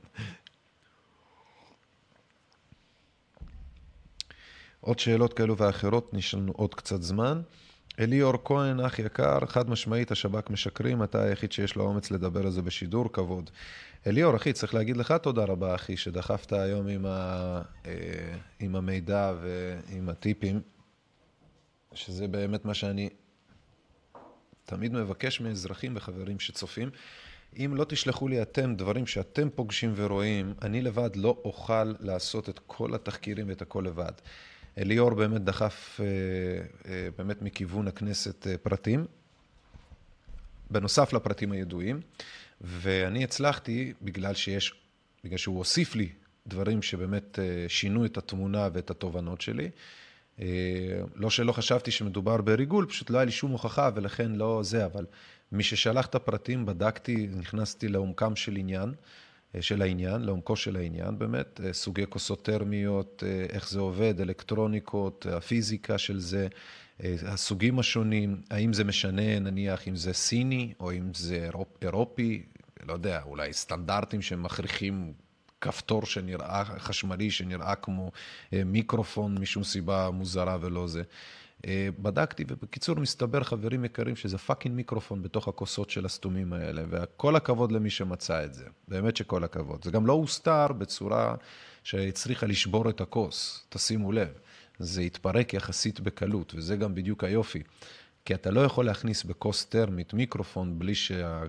עוד שאלות כאלו ואחרות, נשאלנו עוד קצת זמן. אליאור כהן, אח יקר, חד משמעית, השב"כ משקרים, אתה היחיד שיש לו אומץ לדבר על זה בשידור, כבוד. אליאור, אחי, צריך להגיד לך תודה רבה, אחי, שדחפת היום עם המידע ועם הטיפים, שזה באמת מה שאני תמיד מבקש מאזרחים וחברים שצופים. אם לא תשלחו לי אתם דברים שאתם פוגשים ורואים, אני לבד לא אוכל לעשות את כל התחקירים ואת הכל לבד. אליאור באמת דחף, באמת מכיוון הכנסת פרטים, בנוסף לפרטים הידועים, ואני הצלחתי בגלל שהוא הוסיף לי דברים שבאמת שינו את התמונה ואת התובנות שלי. לא שלא חשבתי שמדובר בריגול, פשוט לא היה לי שום הוכחה ולכן לא זה, אבל מי ששלח את הפרטים בדקתי, נכנסתי לעומקם של העניין, לעומקו של העניין באמת, סוגי כוסות טרמיות, איך זה עובד, אלקטרוניקות, הפיזיקה של זה, הסוגים השונים, האם זה משנה נניח אם זה סיני או אם זה אירופי, לא יודע, אולי סטנדרטים שמכריחים כפתור שנראה חשמלי, שנראה כמו מיקרופון משום סיבה מוזרה ולא זה. בדקתי, ובקיצור מסתבר, חברים יקרים, שזה פאקינג מיקרופון בתוך הכוסות של הסתומים האלה, וכל הכבוד למי שמצא את זה. באמת שכל הכבוד. זה גם לא הוסתר בצורה שהצריכה לשבור את הכוס, תשימו לב. זה התפרק יחסית בקלות, וזה גם בדיוק היופי. כי אתה לא יכול להכניס בכוס טרמית מיקרופון בלי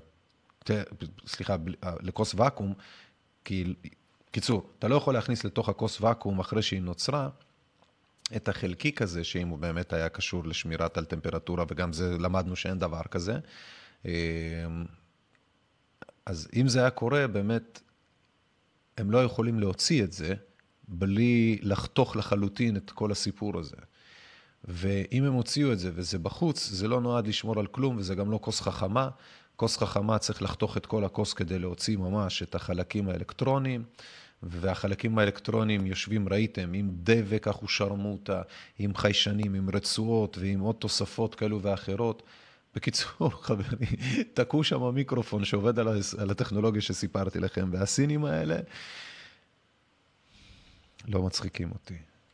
לכוס ואקום, קיצור, אתה לא יכול להכניס לתוך הכוס ואקום אחרי שהיא נוצרה, את החלקיק הזה, שאם הוא באמת היה קשור לשמירת על טמפרטורה, וגם זה למדנו שאין דבר כזה. אז אם זה היה קורה, באמת, הם לא יכולים להוציא את זה, בלי לחתוך לחלוטין את כל הסיפור הזה. ואם הם הוציאו את זה, וזה בחוץ, זה לא נועד לשמור על כלום, וזה גם לא כוס חכמה. כוס חכמה צריך לחתוך את כל הכוס כדי להוציא ממש את החלקים האלקטרוניים, והחלקים האלקטרוניים יושבים, ראיתם, עם דבק אחושרמוטה, עם חיישנים, עם רצועות ועם עוד תוספות כאלו ואחרות. בקיצור, חברים, תקעו שם המיקרופון שעובד על הטכנולוגיה שסיפרתי לכם, והסינים האלה לא מצחיקים אותי.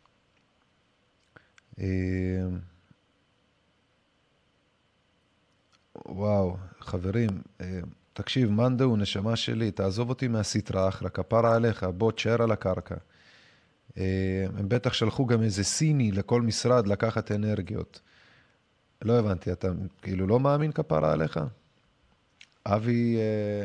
וואו, חברים, תקשיב, מנדו, נשמה שלי, תעזוב אותי מהסטרה אחלה, כפרה עליך, בוא תשאר על הקרקע. הם בטח שלחו גם איזה סיני לכל משרד לקחת אנרגיות. לא הבנתי, אתה כאילו לא מאמין כפרה עליך? אבי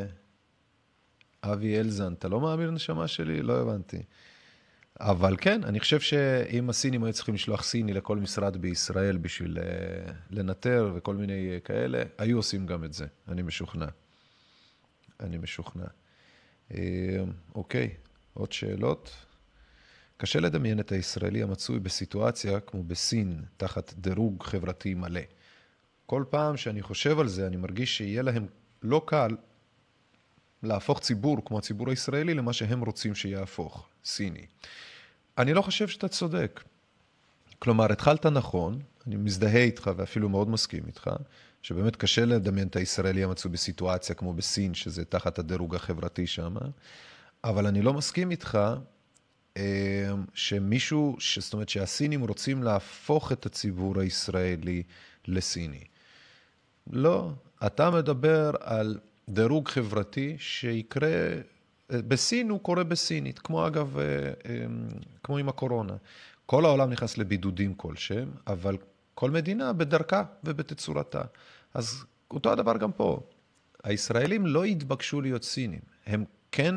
אלזן, אתה לא מאמין נשמה שלי? לא הבנתי. אבל כן, אני חושב שאם הסינים היו צריכים לשלוח סיני לכל משרד בישראל בשביל לנטר וכל מיני כאלה, היו עושים גם את זה, אני משוכנע. אוקיי, עוד שאלות? קשה לדמיין את הישראלי המצוי בסיטואציה כמו בסין, תחת דירוג חברתי מלא. כל פעם שאני חושב על זה, אני מרגיש שיהיה להם לא קל להפוך ציבור, כמו הציבור הישראלי, למה שהם רוצים שיהפוך, סיני. אני לא חושב שאתה צודק. כלומר, התחלת נכון, אני מזדהה איתך ואפילו מאוד מסכים איתך, שבאמת קשה לדמיין את הישראלי המצוי בסיטואציה כמו בסין, שזה תחת הדירוג החברתי שם, אבל אני לא מסכים איתך שמישהו, זאת אומרת שהסינים רוצים להפוך את הציבור הישראלי לסיני. לא, אתה מדבר על דירוג חברתי שיקרה, בסין הוא קורה בסינית, כמו אגב, כמו עם הקורונה. כל העולם נכנס לבידודים כלשהם, אבל כל מדינה בדרכה ובתצורתה. אז אותו הדבר גם פה. הישראלים לא יתבקשו להיות סינים. הם כן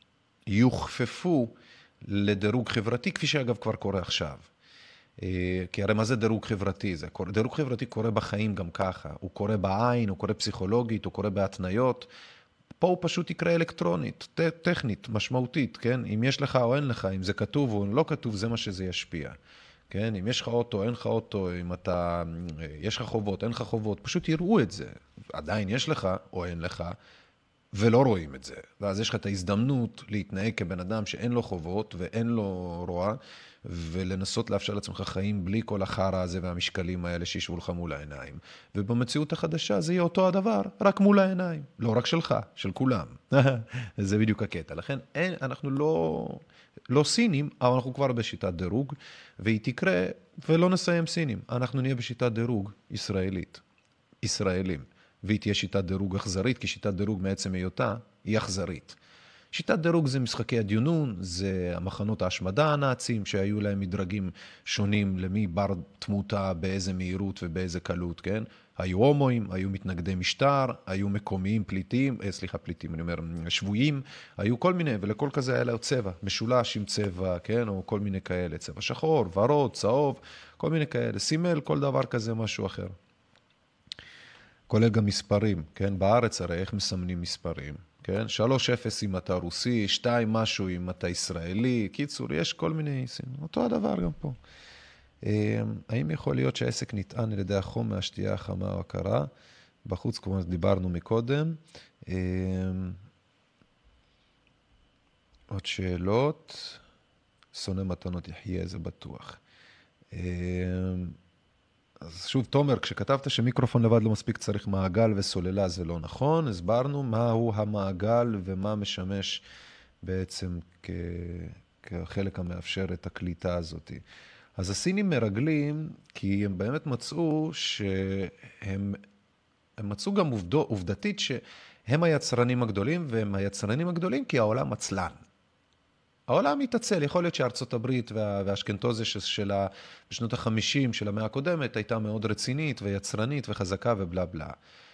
יוכפפו לדירוג חברתי, כפי שאגב כבר קורה עכשיו. כי הרי מה זה דירוג חברתי? דירוג חברתי קורה בחיים גם ככה. הוא קורה בעין, הוא קורה פסיכולוגית, הוא קורה בהתניות. פה הוא פשוט יקרה אלקטרונית, טכנית, משמעותית, כן? אם יש לך או אין לך, אם זה כתוב או לא כתוב, זה מה שזה ישפיע. כן? אם יש לך אוטו, אין לך אוטו, אם אתה, יש לך חובות, אין לך חובות, פשוט יראו את זה. עדיין יש לך או אין לך, ולא רואים את זה. ואז יש לך את ההזדמנות להתנהג כבן אדם שאין לו חובות ואין לו רוע, ולנסות לאפשר לעצמך חיים בלי כל החרה הזה והמשקלים האלה שישבו לך מול העיניים. ובמציאות החדשה זה יהיה אותו הדבר, רק מול העיניים. לא רק שלך, של כולם. זה בדיוק הקטע. לכן אנחנו לא סינים, אבל אנחנו כבר בשיטת דירוג, והיא תקרה ולא נסיים סינים. אנחנו נהיה בשיטת דירוג ישראלים. והיא תהיה שיטת דירוג אכזרית, כי שיטת דירוג מעצם היותה היא אכזרית. שיטת דירוג זה משחקי הדיונון, זה המחנות ההשמדה הנאצים, שהיו להם מדרגים שונים למי בר תמותה, באיזה מהירות ובאיזה קלות, כן? היו הומואים, היו מתנגדי משטר, היו מקומיים פליטים, פליטים, אני אומר, שבויים, היו כל מיני, ולכל כזה היה לה צבע, משולש עם צבע, כן? או כל מיני כאלה, צבע שחור, ורוד, צהוב, כל מיני כאלה, סימל, כל דבר כזה, משהו אחר. כולל גם מספרים, כן? בארץ הרי איך מסמנים מספרים, כן? 3-0 אם אתה רוסי, 2 משהו אם אתה ישראלי, קיצור, יש כל מיני, אותו הדבר גם פה. האם יכול להיות שהעסק נטען על ידי החום מהשתייה החמה או הקרה? בחוץ, כמו דיברנו מקודם. עוד שאלות? שונא מתנות יחיה, זה בטוח. אז שוב, תומר, כשכתבת שמיקרופון לבד לא מספיק צריך מעגל וסוללה, זה לא נכון. הסברנו מהו המעגל ומה משמש בעצם כחלק המאפשר את הקליטה הזאת. אז הסינים מרגלים, כי הם באמת מצאו שהם מצאו גם עובדתית שהם היצרנים הגדולים, והם היצרנים הגדולים כי העולם עצלן. העולם מתעצל, יכול להיות שארצות הברית והאשכנתוזה שלה בשנות ה-50 של המאה הקודמת הייתה מאוד רצינית ויצרנית וחזקה ובלה בלה.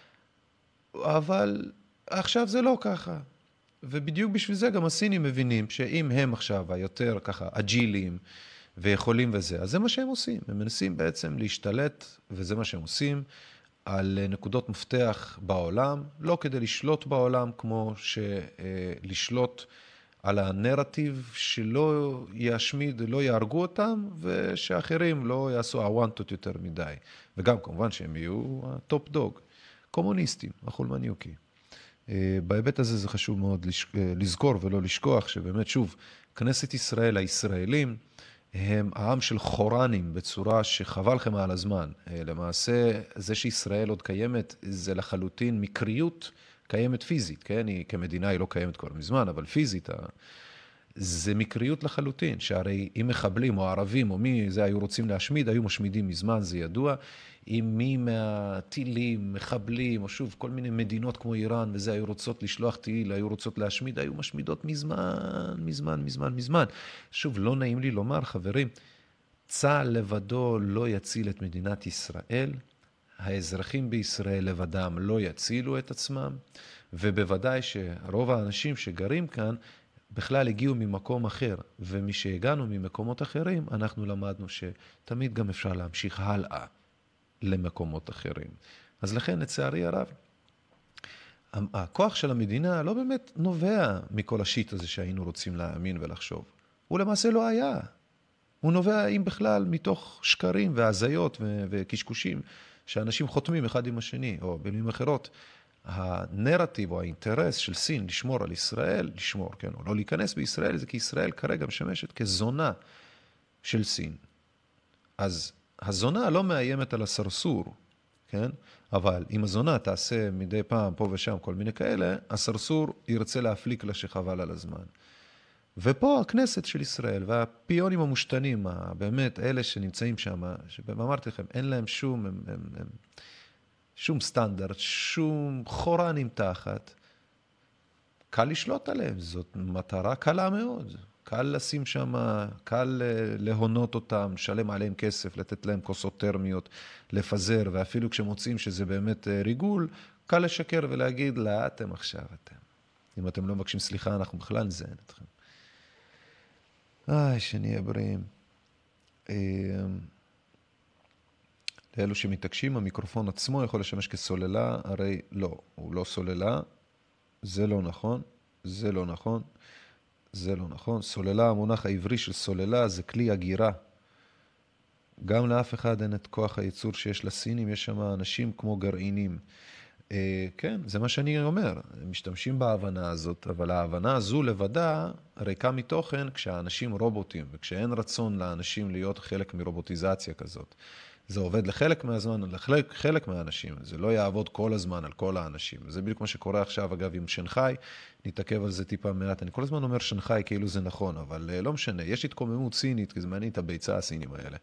אבל עכשיו זה לא ככה. ובדיוק בשביל זה גם הסינים מבינים שאם הם עכשיו היותר ככה אג'ילים ויכולים וזה, אז זה מה שהם עושים. הם מנסים בעצם להשתלט, וזה מה שהם עושים, על נקודות מפתח בעולם, לא כדי לשלוט בעולם כמו שלשלוט על הנרטיב שלא ישמיד, לא יהרגו אותם, ושאחרים לא יעשו הוואנטות יותר מדי. וגם כמובן שהם יהיו הטופ דוג, קומוניסטים, החולמניוקי. בהיבט הזה זה חשוב מאוד לזכור ולא לשכוח, שבאמת שוב, כנסת ישראל, הישראלים, הם העם של חורנים בצורה שחבל לכם על הזמן. למעשה, זה שישראל עוד קיימת, זה לחלוטין מקריות קיימת פיזית, כן? היא כמדינה היא לא קיימת כבר מזמן, אבל פיזית, זה מקריות לחלוטין, שהרי אם מחבלים או ערבים או מי זה היו רוצים להשמיד, היו משמידים מזמן, זה ידוע. אם מי מהטילים, מחבלים, או שוב, כל מיני מדינות כמו איראן וזה היו רוצות לשלוח טיל, היו רוצות להשמיד, היו משמידות מזמן. שוב, לא נעים לי לומר, חברים, צה"ל לבדו לא יציל את מדינת ישראל, האזרחים בישראל לבדם לא יצילו את עצמם, ובוודאי שרוב האנשים שגרים כאן בכלל הגיעו ממקום אחר, ומשהגענו ממקומות אחרים, אנחנו למדנו שתמיד גם אפשר להמשיך הלאה למקומות אחרים. אז לכן, לצערי הרב, הכוח של המדינה לא באמת נובע מכל השיט הזה שהיינו רוצים להאמין ולחשוב. הוא למעשה לא היה. הוא נובע, אם בכלל, מתוך שקרים והזיות וקשקושים, שאנשים חותמים אחד עם השני, או במילים אחרות, הנרטיב או האינטרס של סין לשמור על ישראל, לשמור, כן, או לא להיכנס בישראל, זה כי ישראל כרגע משמשת כזונה של סין. אז הזונה לא מאיימת על הסרסור, כן? אבל אם הזונה תעשה מדי פעם פה ושם כל מיני כאלה, הסרסור ירצה להפליק לה שחבל על הזמן. ופה הכנסת של ישראל והפיונים המושתנים, באמת אלה שנמצאים שם, שאמרתי לכם, אין להם שום סטנדרט, שום חורנים תחת, קל לשלוט עליהם, זאת מטרה קלה מאוד. קל לשים שם, קל להונות אותם, שלם עליהם כסף, לתת להם כוסות טרמיות, לפזר, ואפילו כשמוצאים שזה באמת ריגול, קל לשקר ולהגיד, לא, אתם עכשיו, אתם. אם אתם לא מבקשים סליחה, אנחנו בכלל נזיין אתכם. שנהיה בריאים. לאלו שמתעקשים, המיקרופון עצמו יכול לשמש כסוללה, הרי לא, הוא לא סוללה, זה לא נכון, זה לא נכון. זה לא נכון. סוללה, המונח העברי של סוללה, זה כלי הגירה. גם לאף אחד אין את כוח הייצור שיש לסינים, יש שם אנשים כמו גרעינים. כן, זה מה שאני אומר. הם משתמשים בהבנה הזאת, אבל ההבנה הזו לבדה ריקה מתוכן כשהאנשים רובוטים, וכשאין רצון לאנשים להיות חלק מרובוטיזציה כזאת. זה עובד לחלק מהזמן, לחלק מהאנשים. זה לא יעבוד כל הזמן על כל האנשים. זה בדיוק מה שקורה עכשיו, אגב, עם שנגחאי. נתעכב על זה טיפה מעט. אני כל הזמן אומר שנגחאי כאילו זה נכון, אבל לא משנה. יש התקוממות סינית, כי זה מעניין את הביצה הסינים האלה.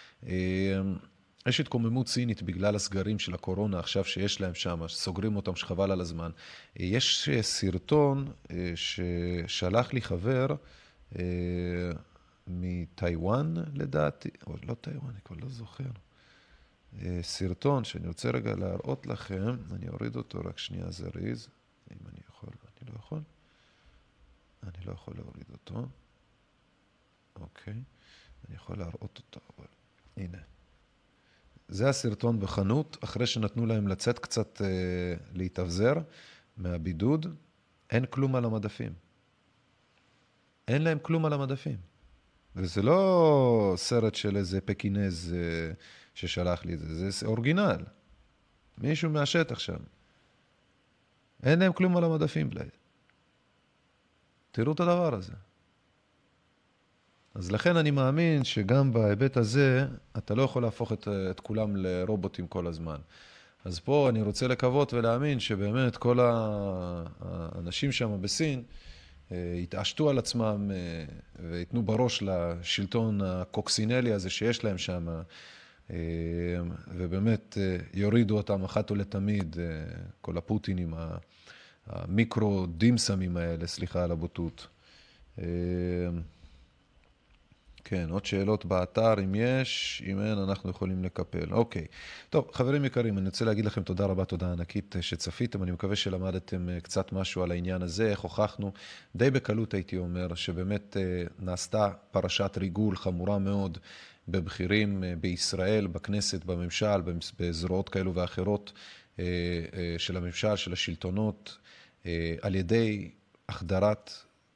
יש התקוממות סינית בגלל הסגרים של הקורונה, עכשיו שיש להם שם, סוגרים אותם שחבל על הזמן. יש סרטון ששלח לי חבר מטיואן לדעתי, או לא טיואן, אני כבר לא זוכר. סרטון שאני רוצה רגע להראות לכם, אני אוריד אותו רק שנייה זריז, אם אני יכול, אני לא יכול. אני לא יכול להוריד אותו. אוקיי, אני יכול להראות אותו, אבל הנה. זה הסרטון בחנות, אחרי שנתנו להם לצאת קצת להתאבזר מהבידוד, אין כלום על המדפים. אין להם כלום על המדפים. וזה לא סרט של איזה פקינז ששלח לי את זה, זה אורגינל. מישהו מהשטח שם. אין להם כלום על המדפים. תראו את הדבר הזה. אז לכן אני מאמין שגם בהיבט הזה, אתה לא יכול להפוך את כולם לרובוטים כל הזמן. אז פה אני רוצה לקוות ולהאמין שבאמת כל האנשים שם בסין, יתעשתו על עצמם ויתנו בראש לשלטון הקוקסינלי הזה שיש להם שם, ובאמת יורידו אותם אחת ולתמיד, כל הפוטינים, המיקרו דימסמים האלה, סליחה על הבוטות. כן, עוד שאלות באתר, אם יש, אם אין, אנחנו יכולים לקפל. אוקיי. טוב, חברים יקרים, אני רוצה להגיד לכם תודה רבה, תודה ענקית שצפיתם. אני מקווה שלמדתם קצת משהו על העניין הזה, איך הוכחנו. די בקלות הייתי אומר, שבאמת נעשתה פרשת ריגול חמורה מאוד בבחירים בישראל, בכנסת, בממשל, בזרועות כאלו ואחרות של הממשל, של השלטונות, על ידי החדרת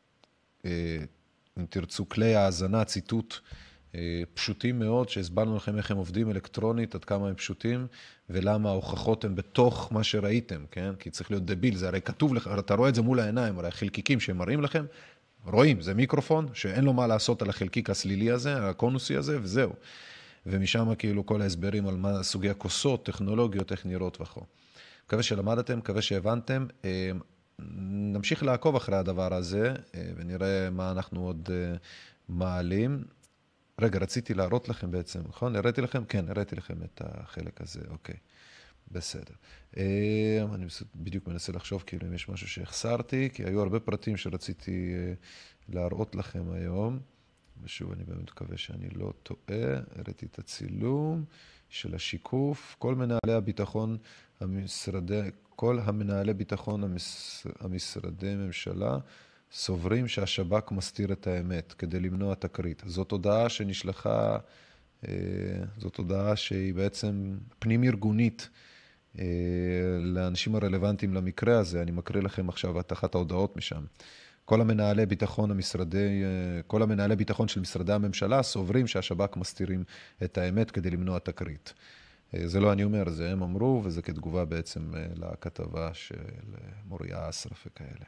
אם תרצו, כלי האזנה, ציטוט פשוטים מאוד, שהסברנו לכם איך הם עובדים אלקטרונית, עד כמה הם פשוטים, ולמה ההוכחות הן בתוך מה שראיתם, כן? כי צריך להיות דביל, זה הרי כתוב לך, אתה רואה את זה מול העיניים, הרי החלקיקים שהם מראים לכם, רואים, זה מיקרופון, שאין לו מה לעשות על החלקיק הסלילי הזה, הקונוסי הזה, וזהו. ומשם כאילו כל ההסברים על מה סוגי הכוסות, טכנולוגיות, איך נראות וכו'. מקווה שלמדתם, מקווה שהבנתם. נמשיך לעקוב אחרי הדבר הזה, ונראה מה אנחנו עוד מעלים. רגע, רציתי להראות לכם בעצם, נכון? הראיתי לכם? כן, הראיתי לכם את החלק הזה, אוקיי. בסדר. אני בדיוק מנסה לחשוב כאילו אם יש משהו שהחסרתי, כי היו הרבה פרטים שרציתי להראות לכם היום. ושוב, אני באמת מקווה שאני לא טועה. הראיתי את הצילום של השיקוף. כל מנהלי הביטחון כל המנהלי ביטחון המשרדי ממשלה סוברים שהשב"כ מסתיר את האמת כדי למנוע תקרית. זאת הודעה שנשלחה, זאת הודעה שהיא בעצם פנים ארגונית לאנשים הרלוונטיים למקרה הזה. אני מקריא לכם עכשיו את אחת ההודעות משם. כל המנהלי ביטחון של משרדי הממשלה סוברים שהשב"כ מסתירים את האמת כדי למנוע תקרית. זה לא אני אומר, זה הם אמרו, וזה כתגובה בעצם לכתבה של מוריה אסרף וכאלה.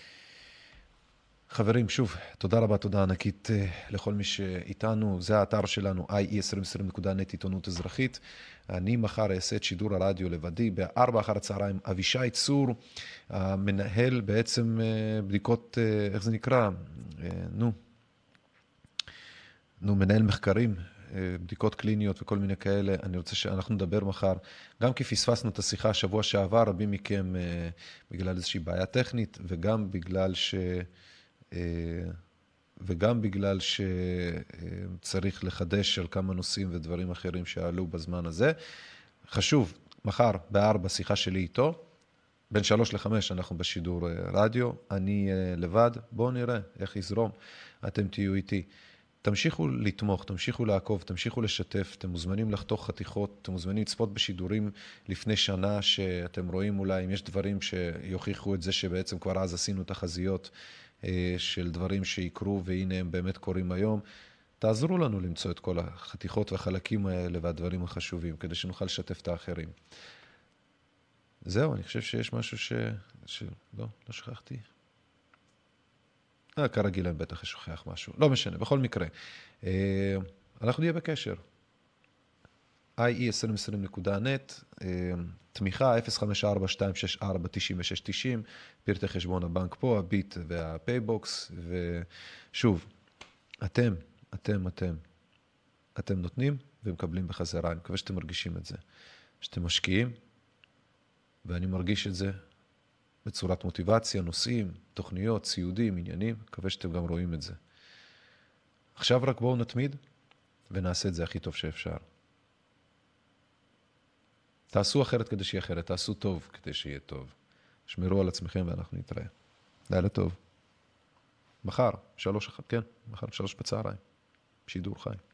חברים, שוב, תודה רבה, תודה ענקית לכל מי שאיתנו. זה האתר שלנו, ie2020.net, עיתונות אזרחית. אני מחר אעשה את שידור הרדיו לבדי, ב-4 אחר הצהריים, אבישי צור, המנהל בעצם בדיקות, איך זה נקרא? מנהל מחקרים, בדיקות קליניות וכל מיני כאלה. אני רוצה שאנחנו נדבר מחר, גם כי פספסנו את השיחה שבוע שעבר, רבים מכם בגלל איזושהי בעיה טכנית, וגם בגלל שצריך לחדש על כמה נושאים ודברים אחרים שעלו בזמן הזה. חשוב, מחר ב-4 שיחה שלי איתו, בין 3 ל-5 אנחנו בשידור רדיו, אני לבד, בואו נראה איך יזרום, אתם תהיו איתי. תמשיכו לתמוך, תמשיכו לעקוב, תמשיכו לשתף, אתם מוזמנים לחתוך חתיכות, אתם מוזמנים לצפות בשידורים לפני שנה שאתם רואים אולי אם יש דברים שיוכיחו את זה שבעצם כבר אז עשינו תחזיות של דברים שיקרו והנה הם באמת קורים היום. תעזרו לנו למצוא את כל החתיכות והחלקים האלה והדברים החשובים כדי שנוכל לשתף את האחרים. זהו, אני חושב שיש משהו לא שכחתי. כרגיל הם בטח שוכח משהו. לא משנה, בכל מקרה. אנחנו נהיה בקשר. ie2020.net, תמיכה 054-264-9690, פרטי חשבון הבנק פה, הביט והפייבוקס, ושוב, אתם נותנים ומקבלים בחזרה. אני מקווה שאתם מרגישים את זה. שאתם משקיעים, ואני מרגיש את זה בצורת מוטיבציה, נושאים, תוכניות, ציודים, עניינים, מקווה שאתם גם רואים את זה. עכשיו רק בואו נתמיד, ונעשה את זה הכי טוב שאפשר. תעשו אחרת כדי שיהיה אחרת, תעשו טוב כדי שיהיה טוב. שמרו על עצמכם ואנחנו נתראה. לילה טוב. מחר, 3 בצהריים, שידור חי.